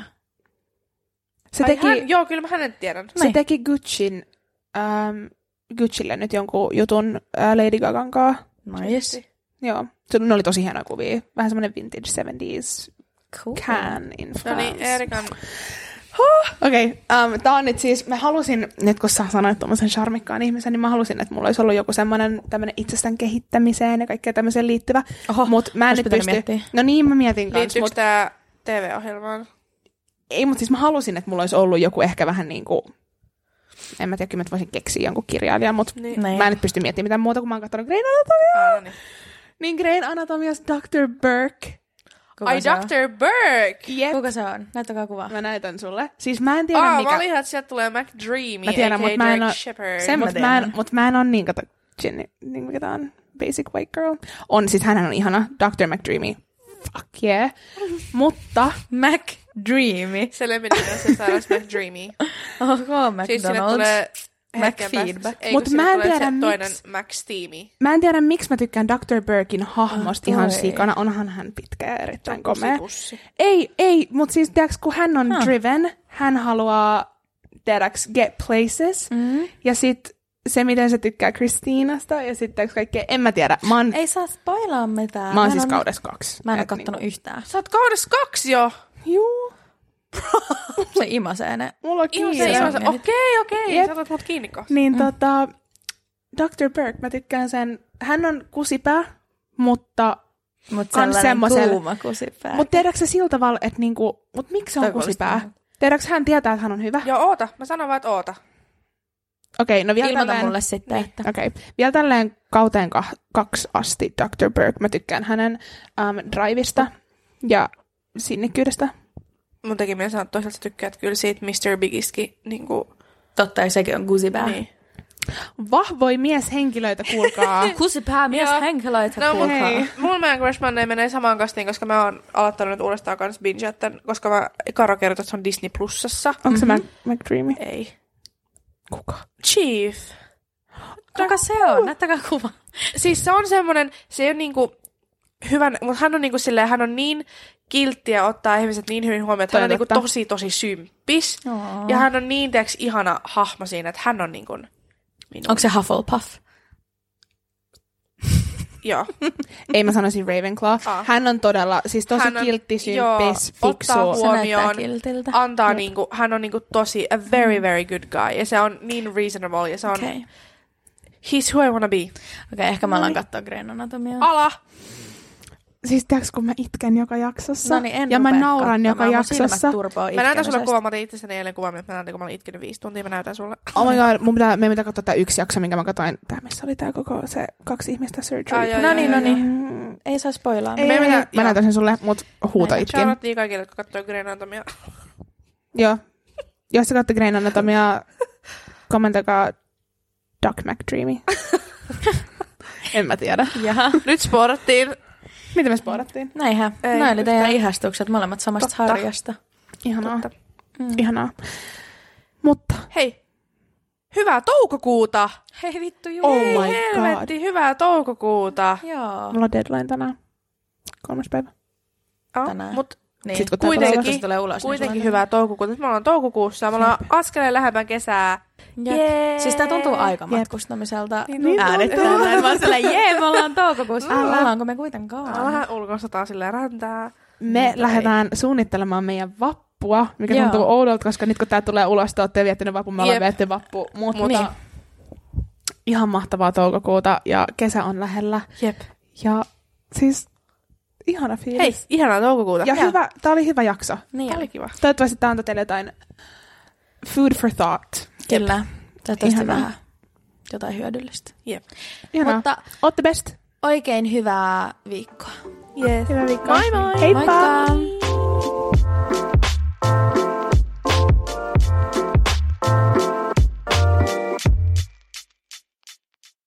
Se Ai teki, hän, joo, kyllä mä hänet tiedän. se Niin. teki Gucciin, ähm, Gucciille nyt jonkun jutun äh, Lady Gagan kanssa. Nice. Joo. Se, ne oli tosi hienoja kuvia. Vähän semmoinen vintage seventies Cool. can in France. No niin, Erikan... Okei, okay, um, tää on nyt siis, mä halusin, nyt kun sä sanoit tommosen charmikkaan ihmisen, niin mä halusin, että mulla olisi ollut joku semmoinen tämmönen itsestään kehittämiseen ja kaikkea tämmöiseen liittyvä. Oho, Mut mä en ois nyt pitänyt pysty. miettiä. No niin, mä mietin kans, Liittyykö mut tää T V-ohjelmaan? ei, mutta siis mä halusin, että mulla olisi ollut joku ehkä vähän niinku, en mä tiedä, kyllä mä voisin keksiä jonkun kirjailijan, mutta Niin. Niin. mä en nyt pysty miettimään mitään muuta, kun mä oon katsonut Grain Anatomiaa. Ah, no niin. Niin Grain Anatomias doctor Burke. Kuka Ai, se on? doctor Burke! Jep. Kuka se on? Näyttäkää kuvaa. Mä näytän sulle. Siis mä en tiedä, Aa, mikä... mä olin ihan, että sieltä tulee McDreamy, Mä tiedän, a k a mut mä en Derek oo- Shepherd. Sen mä Mutta mä, en- tiedän. mut mä en ole niin, kato, Jenny, niin mikä tää on, Basic White Girl. On, siis hän on ihana, doctor McDreamy. Fuck yeah. Mutta, Mac Dreamy. Se lempinimi on se Sarah McDreamy. Oho, Siis sinne McDonald's. tulee hetken McFeedback. päästä. Ei, Mut kun sinne mä en tulee tiedä, se miksi- toinen McSteamy. mä en tiedä, miksi mä tykkään doctor Burkin hahmosta Ah, ihan toi. sikana. Onhan hän pitkä ja erittäin komea. Pussi. Ei, ei, mutta siis tiedätkö, kun hän on Huh. driven, hän haluaa, tiedäks, get places. Mm. Ja sit se, miten se tykkää Christinasta ja sitten kaikkea, en mä tiedä. Mä oon, Ei saa spoilaa mitään. mä oon en siis oo- kaudessa kaksi. Mä en ole Et kattonut niinku- yhtään. Sä oot kaudessa kaksi jo. Juu, Se imasee ne. mulla on Ihan kiire. se, ihan se. Jep. Okei, okei. Jep. Sä otat mut kiinni kohta. Niin mm. tota, doctor Burke, mä tykkään sen, hän on kusipää, mutta, Mut Kans sellainen semmosel- kuuma kusipää. mutta tiedätkö sä sillä tavalla, että niinku, mut miksi se on Toi kuulostaa kusipää? hyvältä. Tiedätkö hän tietää, että hän on hyvä? Joo, oota. Mä sanon vaan, että oota. Okei, okay, no vielä Ilmoita tälleen, mulle sitten, Niin. että... Okei, okay. Vielä tälleen kauteen kah- kaksi asti doctor Burke, mä tykkään hänen um, drivista ja sinnikkyydestä. Mun teki mieleen sanoa, että toisaalta sä tykkäät kyllä siitä mister Biggistäkin. Niin kuin, Totta, ja sekin on kusipää. niin. Vahvoi mieshenkilöitä, kuulkaa. Kusipää, mies Joo. henkilöitä, No, kuulkaa. hei. Mulla meidän Crush Monday menee samaan kastiin, koska mä oon aloittanut nyt uudestaan kans binge, koska mä, Karo kertoi, että se on Disney Plusassa. Onko se Mac- McDreamy? Ei. Kuka? Chief. Kuka se on? Näyttäkää kuva. Siis se on semmonen, se ei ole niinku hyvän, mutta hän on niinku silleen, hän on niin kilttiä ottaa ihmiset niin hyvin huomioon, että hän on niinku Totta. tosi tosi symppis. Oh. Ja hän on niin, teoks, ihana hahmo siinä, että hän on niinku minun. Onko se Hufflepuff? Joo. Ei mä sanoisin Ravenclaw. Ah. Hän on todella, siis tosi Hän on- kiltti, joo, symppis, fiksu. ottaa huomioon. Se näyttää Huomioon. kiltiltä. Antaa Jep. niinku, hän on niinku tosi, a very very good guy. Ja se on niin reasonable ja se on, Okei, okay. he's who I wanna be. okay, ehkä mä alan katsoa Grey's Anatomiaa. Ala! Siis tiedätkö, kun mä itken joka jaksossa. No niin, en ja mä rupea nauran joka katsomaan, mun silmät jaksossa. turpoo Mä näytän sulle itkemisestä. kuvan, mä otin itsestäni eilen kuvan, että mä näytän, kun mä olin itkenyt viisi tuntia, mä näytän sulle. Oh my god, mun pitää, meidän pitää katsoa tää yksi jakso, minkä mä katsoin. Tää, missä oli tää koko se kaksi ihmistä surgery. Ai, joo, No niin, joo, no joo. niin. Mm, Ei saa spoilaa. ei, Me ei, pitää- mä joo. näytän sen sulle, mut huuto Näin. itkin. Charlotte kaikille, jotka katsoo Grey's Anatomia. Joo. Jos sä katsotte Grey's Anatomia, kommentoikaa Doc McDreamy. En mä tiedä. Jaha. Nyt sporattiin. Mitä me spoilattiin? Näinhän. Ei, Näin oli teidän yhtään. ihastukset, molemmat samasta Totta. harjasta. Ihanaa. Totta. Mm. Ihanaa. Mutta Hei, hyvää toukokuuta! Hei vittu juu. Oh Hei, my helvetti, hyvää toukokuuta! Joo. Mulla on deadline tänään. Kolmas päivä. Oh, Tänään. Mut Niin. Sit kun tää Kuitenkin, kuitenkin, se tulee ulos, kuitenkin niin hyvää toukokuuta. Me ollaan toukokuussa ja me ollaan askeleen lähempään kesää. Jep. Jee. Siis tää tuntuu aikamatkustamiselta Niin äänittää. Mä oon silleen, jee, me ollaan toukokuussa. Älä. Ollaanko me kuitenkaan? Vähän ulkoistetaan silleen räntää. Me Mutta lähdetään suunnittelemaan meidän vappua, mikä Joo. tuntuu oudolta, koska nyt kun tää tulee ulos, te ootte viettänyt vappu, me ollaan Jep. vietty vappu. Mutta Niin. ihan mahtavaa toukokuuta ja kesä on lähellä. Jep. Ja siis ihana fiilis. Hei, ihanaa toukokuuta. Ja Joo. hyvä, tää oli hyvä jakso. Niin Tää oli. oli kiva. Toivottavasti tää antoi teille jotain food for thought. Kyllä. Toivottavasti Ihanaa. vähän jotain hyödyllistä. Jep. Ihanaa. Mutta Ootte best. oikein hyvää viikkoa. Yes. Hyvää viikkoa. Moi moi! Heippa! Moikka!